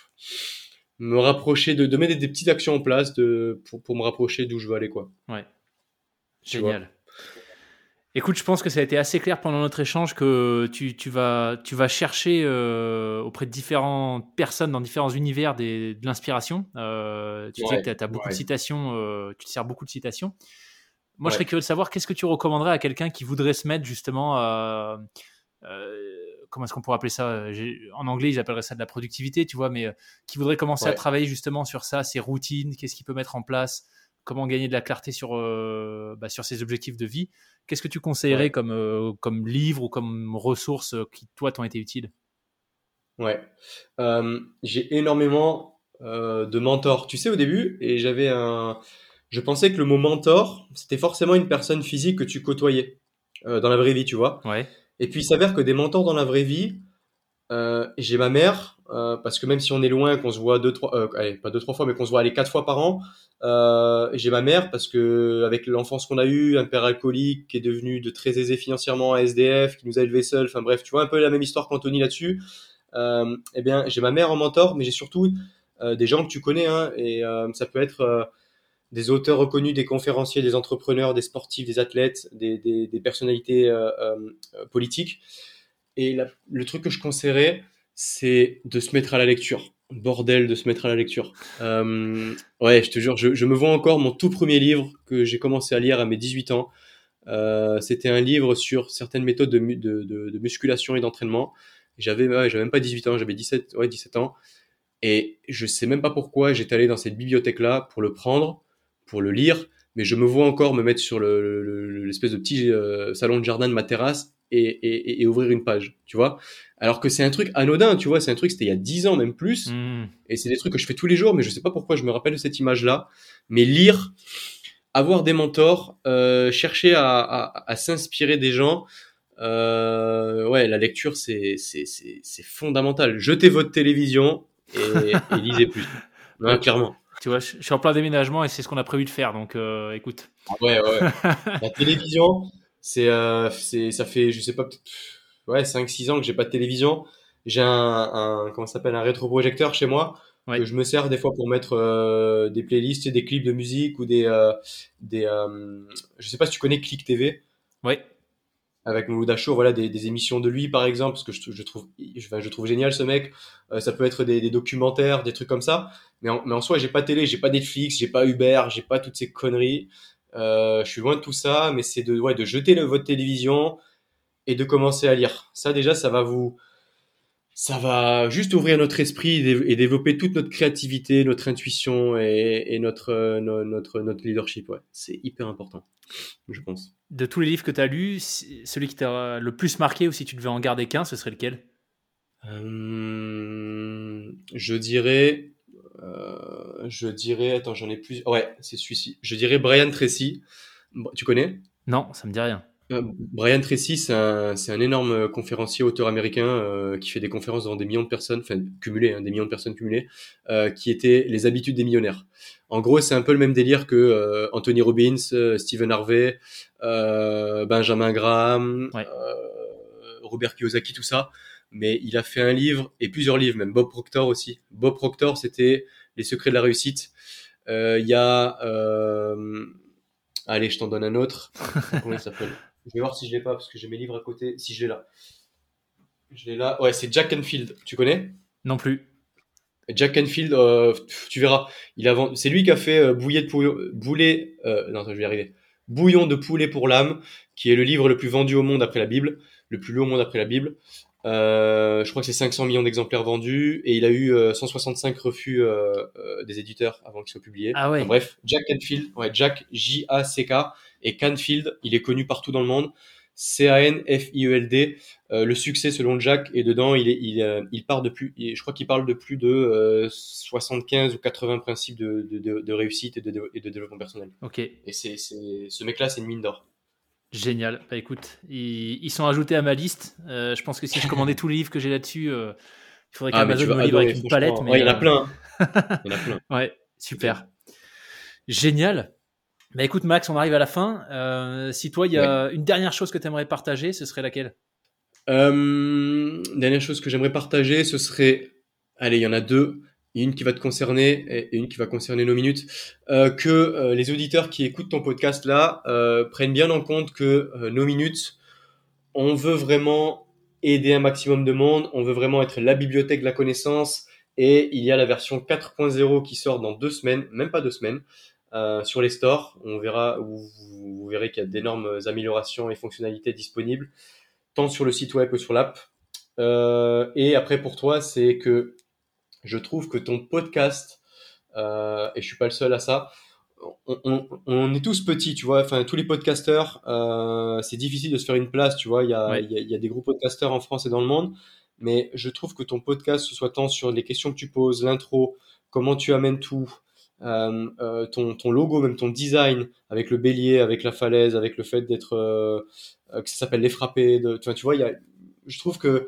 S1: me rapprocher, de, de mettre des, des petites actions en place de, pour, pour me rapprocher d'où je veux aller, quoi.
S2: Ouais.
S1: Tu vois.
S2: Génial. Écoute, je pense que ça a été assez clair pendant notre échange que tu, tu vas, tu vas chercher euh, auprès de différentes personnes dans différents univers des, de l'inspiration. Euh, tu disais
S1: Ouais,
S2: que tu as beaucoup de
S1: ouais,
S2: citations, euh, tu te sers beaucoup de citations. Moi, je serais
S1: ouais.
S2: curieux de savoir qu'est-ce que tu recommanderais à quelqu'un qui voudrait se mettre justement à, euh, comment est-ce qu'on pourrait appeler ça? J'ai- En anglais, ils appelleraient ça de la productivité, tu vois, mais euh, qui voudrait commencer à
S1: Ouais,
S2: travailler justement sur ça, ses routines, qu'est-ce qu'il peut mettre en place, comment gagner de la clarté sur, euh, bah, sur ses objectifs de vie. Qu'est-ce que tu conseillerais
S1: ouais,
S2: comme, euh, comme livre ou comme ressources euh, qui, toi, t'ont été utiles?
S1: ouais. Euh, j'ai énormément euh, de mentors. Tu sais, au début, et j'avais un. Je pensais que le mot mentor, c'était forcément une personne physique que tu côtoyais euh, dans la vraie vie, tu vois.
S2: Ouais,
S1: Et puis il s'avère que des mentors dans la vraie vie, euh, j'ai ma mère, euh, parce que même si on est loin, qu'on se voit deux, trois, euh, allez, pas deux, trois fois, mais qu'on se voit aller quatre fois par an, euh, j'ai ma mère parce que avec l'enfance qu'on a eue, un père alcoolique qui est devenu de très aisé financièrement, un S D F, qui nous a élevés seuls, enfin bref, tu vois un peu la même histoire qu'Anthony là-dessus. Euh, eh bien, j'ai ma mère en mentor, mais j'ai surtout euh, des gens que tu connais, hein, et euh, ça peut être euh, des auteurs reconnus, des conférenciers, des entrepreneurs, des sportifs, des athlètes, des, des, des personnalités euh, euh, politiques. Et la- le truc que je conseillerais, c'est de se mettre à la lecture. Bordel, de se mettre à la lecture. Euh, ouais, je te jure, je, je me vois encore mon tout premier livre que j'ai commencé à lire à mes dix-huit ans. Euh, c'était un livre sur certaines méthodes de, mu- de, de, de musculation et d'entraînement. J'avais ouais, j'avais même pas dix-huit ans, j'avais dix-sept, ouais, dix-sept ans. Et je sais même pas pourquoi j'étais allé dans cette bibliothèque-là pour le prendre, pour le lire, mais je me vois encore me mettre sur le, le- le- l'espèce de petit euh, salon de jardin de ma terrasse et, et, et ouvrir une page, tu vois. Alors que c'est un truc anodin, tu vois, c'est un truc, c'était il y a dix ans, même plus,
S2: mmh,
S1: et c'est des trucs que je fais tous les jours, mais je sais pas pourquoi je me rappelle de cette image-là. Mais lire, avoir des mentors, euh, chercher à, à, à s'inspirer des gens, euh, ouais, la lecture, c'est, c'est, c'est, c'est fondamental. Jetez votre télévision et, et lisez plus.
S2: bah,
S1: Ouais, clairement.
S2: tu vois, je, je suis en plein déménagement et c'est ce qu'on a prévu de faire, donc euh, écoute.
S1: Ah ouais, ouais. La télévision, c'est, euh, c'est, ça fait, je sais pas, peut-être, ouais, cinq six ans que j'ai pas de télévision. J'ai un, un, comment ça s'appelle, un rétroprojecteur chez moi que
S2: Ouais,
S1: je me sers des fois pour mettre euh, des playlists, et des clips de musique ou des, euh, des, euh, je sais pas si tu connais Click T V.
S2: ouais,
S1: Avec Mouloud Achour, voilà, des, des émissions de lui, par exemple, parce que je, je trouve, je, enfin, je trouve génial ce mec. Euh, ça peut être des, des documentaires, des trucs comme ça. Mais en, mais en soi, j'ai pas télé, j'ai pas Netflix, j'ai pas Uber, j'ai pas toutes ces conneries. Euh, je suis loin de tout ça, mais c'est de, ouais, de jeter le, votre télévision et de commencer à lire. Ça, déjà, ça va vous, ça va juste ouvrir notre esprit et dé- et développer toute notre créativité, notre intuition et, et notre, euh, no- notre, notre leadership. Ouais, c'est hyper important, je pense.
S2: de tous les livres que tu as lus, si- celui qui t'a le plus marqué ou si tu devais en garder qu'un, ce serait lequel?
S1: Euh, je dirais, euh, je dirais, attends, j'en ai plus. Ouais, c'est celui-ci. Je dirais Brian Tracy. Tu connais?
S2: Non, ça me dit rien.
S1: Euh, Brian Tracy, c'est un, c'est un énorme conférencier, auteur américain euh, qui fait des conférences devant des millions de personnes, enfin cumulées, hein, des millions de personnes cumulées, euh, qui étaient les habitudes des millionnaires. En gros, c'est un peu le même délire que euh, Anthony Robbins, euh, Stephen Harvey, euh, Benjamin Graham,
S2: Ouais.
S1: euh, Robert Kiyosaki, tout ça. Mais il a fait un livre et plusieurs livres, même Bob Proctor aussi. Bob Proctor, c'était Les secrets de la réussite. Il euh, y a, euh... allez, je t'en donne un autre. Comment il s'appelle? Je vais voir si je l'ai pas parce que j'ai mes livres à côté. Si je l'ai là. Je l'ai là. Ouais, c'est Jack Canfield. Tu connais?
S2: Non plus.
S1: Jack Canfield, euh, tu verras. Il a vend... C'est lui qui a fait euh, Bouillet de poulet. Boulet. Euh, non, attends, je vais y arriver. Bouillon de poulet pour l'âme, qui est le livre le plus vendu au monde après la Bible, le plus lu au monde après la Bible. Euh, je crois que c'est cinq cents millions d'exemplaires vendus et il a eu euh, cent soixante-cinq refus euh, euh, des éditeurs avant qu'il soit publié.
S2: Ah ouais.
S1: Enfin, bref, Jack Canfield, ouais, Jack J A C K et Canfield, il est connu partout dans le monde. C A N F I E L D. Euh, le succès selon Jack et dedans il est il euh, il part de plus il, je crois qu'il parle de plus de euh, soixante-quinze ou quatre-vingts principes de de de, de réussite et de, de et de développement personnel.
S2: Ok.
S1: Et c'est c'est ce mec là c'est une mine d'or.
S2: Génial. Bah écoute, ils, ils sont ajoutés à ma liste. Euh, je pense que si je commandais tous les livres que j'ai là-dessus, euh, il faudrait
S1: Ah, mais
S2: qu'Amazon
S1: tu vas
S2: me livre
S1: adorer,
S2: avec une palette.
S1: franchement.
S2: Mais
S1: Ouais, il y en a
S2: euh,
S1: plein. Il y en a plein.
S2: Ouais, super. Génial. Bah écoute Max, on arrive à la fin. Euh, si toi, il y a une dernière chose que tu aimerais partager, ce serait laquelle?
S1: Euh, dernière chose que j'aimerais partager, ce serait, allez, il y en a deux, une qui va te concerner et une qui va concerner nos minutes, euh, que euh, les auditeurs qui écoutent ton podcast là euh, prennent bien en compte que euh, nos minutes, on veut vraiment aider un maximum de monde, on veut vraiment être la bibliothèque de la connaissance et il y a la version quatre point zéro qui sort dans deux semaines, même pas deux semaines, euh, sur les stores. On verra, vous, vous verrez qu'il y a d'énormes améliorations et fonctionnalités disponibles, tant sur le site web que sur l'app. Euh, et après pour toi, c'est que je trouve que ton podcast, euh, et je suis pas le seul à ça, on, on, on est tous petits, tu vois. Enfin, tous les podcasteurs, euh, c'est difficile de se faire une place, tu vois. Il y a,
S2: Ouais.
S1: il y a, il y a des gros podcasteurs en France et dans le monde, mais je trouve que ton podcast, ce soit tant sur les questions que tu poses, l'intro, comment tu amènes tout, euh, euh, ton, ton logo, même ton design, avec le bélier, avec la falaise, avec le fait d'être, euh, euh, que ça s'appelle les frappés. De, tu vois, il y a, je trouve que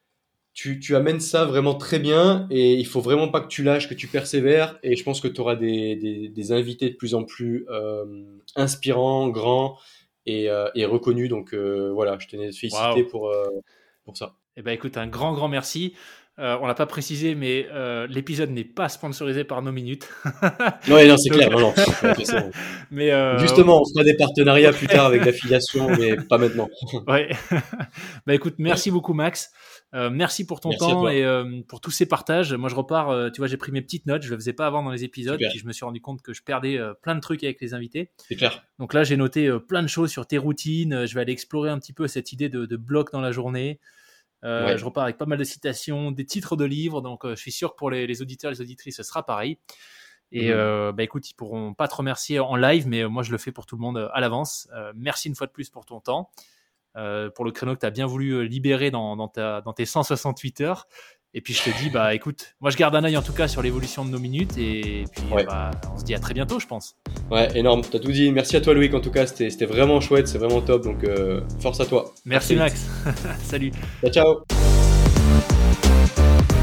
S1: tu, tu amènes ça vraiment très bien et il faut vraiment pas que tu lâches, que tu persévères et je pense que tu auras des, des, des invités de plus en plus euh, inspirants, grands et, euh, et reconnus. Donc euh, voilà, je tenais à te féliciter
S2: Wow.
S1: pour, euh, pour ça.
S2: Eh ben écoute, un grand grand merci. Euh, on l'a pas précisé, mais euh, l'épisode n'est pas sponsorisé par nos minutes.
S1: Ouais, non, c'est
S2: Donc,
S1: clair. Non, non. Ouais, c'est bon.
S2: mais euh,
S1: Justement, on fera des partenariats plus tard avec l'affiliation, mais pas maintenant.
S2: ouais. Bah écoute, merci beaucoup Max. Euh, merci pour ton
S1: Merci à
S2: temps
S1: toi.
S2: et euh, pour tous ces partages. Moi, je repars. euh, tu vois, j'ai pris mes petites notes. Je le faisais pas avant dans les épisodes,
S1: Super.
S2: puis je me suis rendu compte que je perdais euh, plein de trucs avec les invités.
S1: C'est clair.
S2: Donc là, j'ai noté euh, plein de choses sur tes routines. Euh, Je vais aller explorer un petit peu cette idée de, de bloc dans la journée. Euh,
S1: Ouais.
S2: Je repars avec pas mal de citations, des titres de livres. Donc, euh, je suis sûr que pour les, les auditeurs, les auditrices, ce sera pareil. Et
S1: Mhm.
S2: euh, bah écoute, ils pourront pas te remercier en live, mais euh, moi, je le fais pour tout le monde euh, à l'avance. Euh, merci une fois de plus pour ton temps. Euh, pour le créneau que tu as bien voulu euh, libérer dans, dans, ta, dans tes cent soixante-huit heures. Et puis je te dis, bah écoute, moi je garde un œil en tout cas sur l'évolution de nos minutes et puis
S1: Ouais.
S2: bah, on se dit à très bientôt, je pense.
S1: Ouais, énorme. T'as tout dit. Merci à toi, Loïc. En tout cas, c'était c'était vraiment chouette. C'est vraiment top. Donc, euh, force à toi.
S2: Merci
S1: À très vite.
S2: Max. Salut.
S1: Ciao, ciao.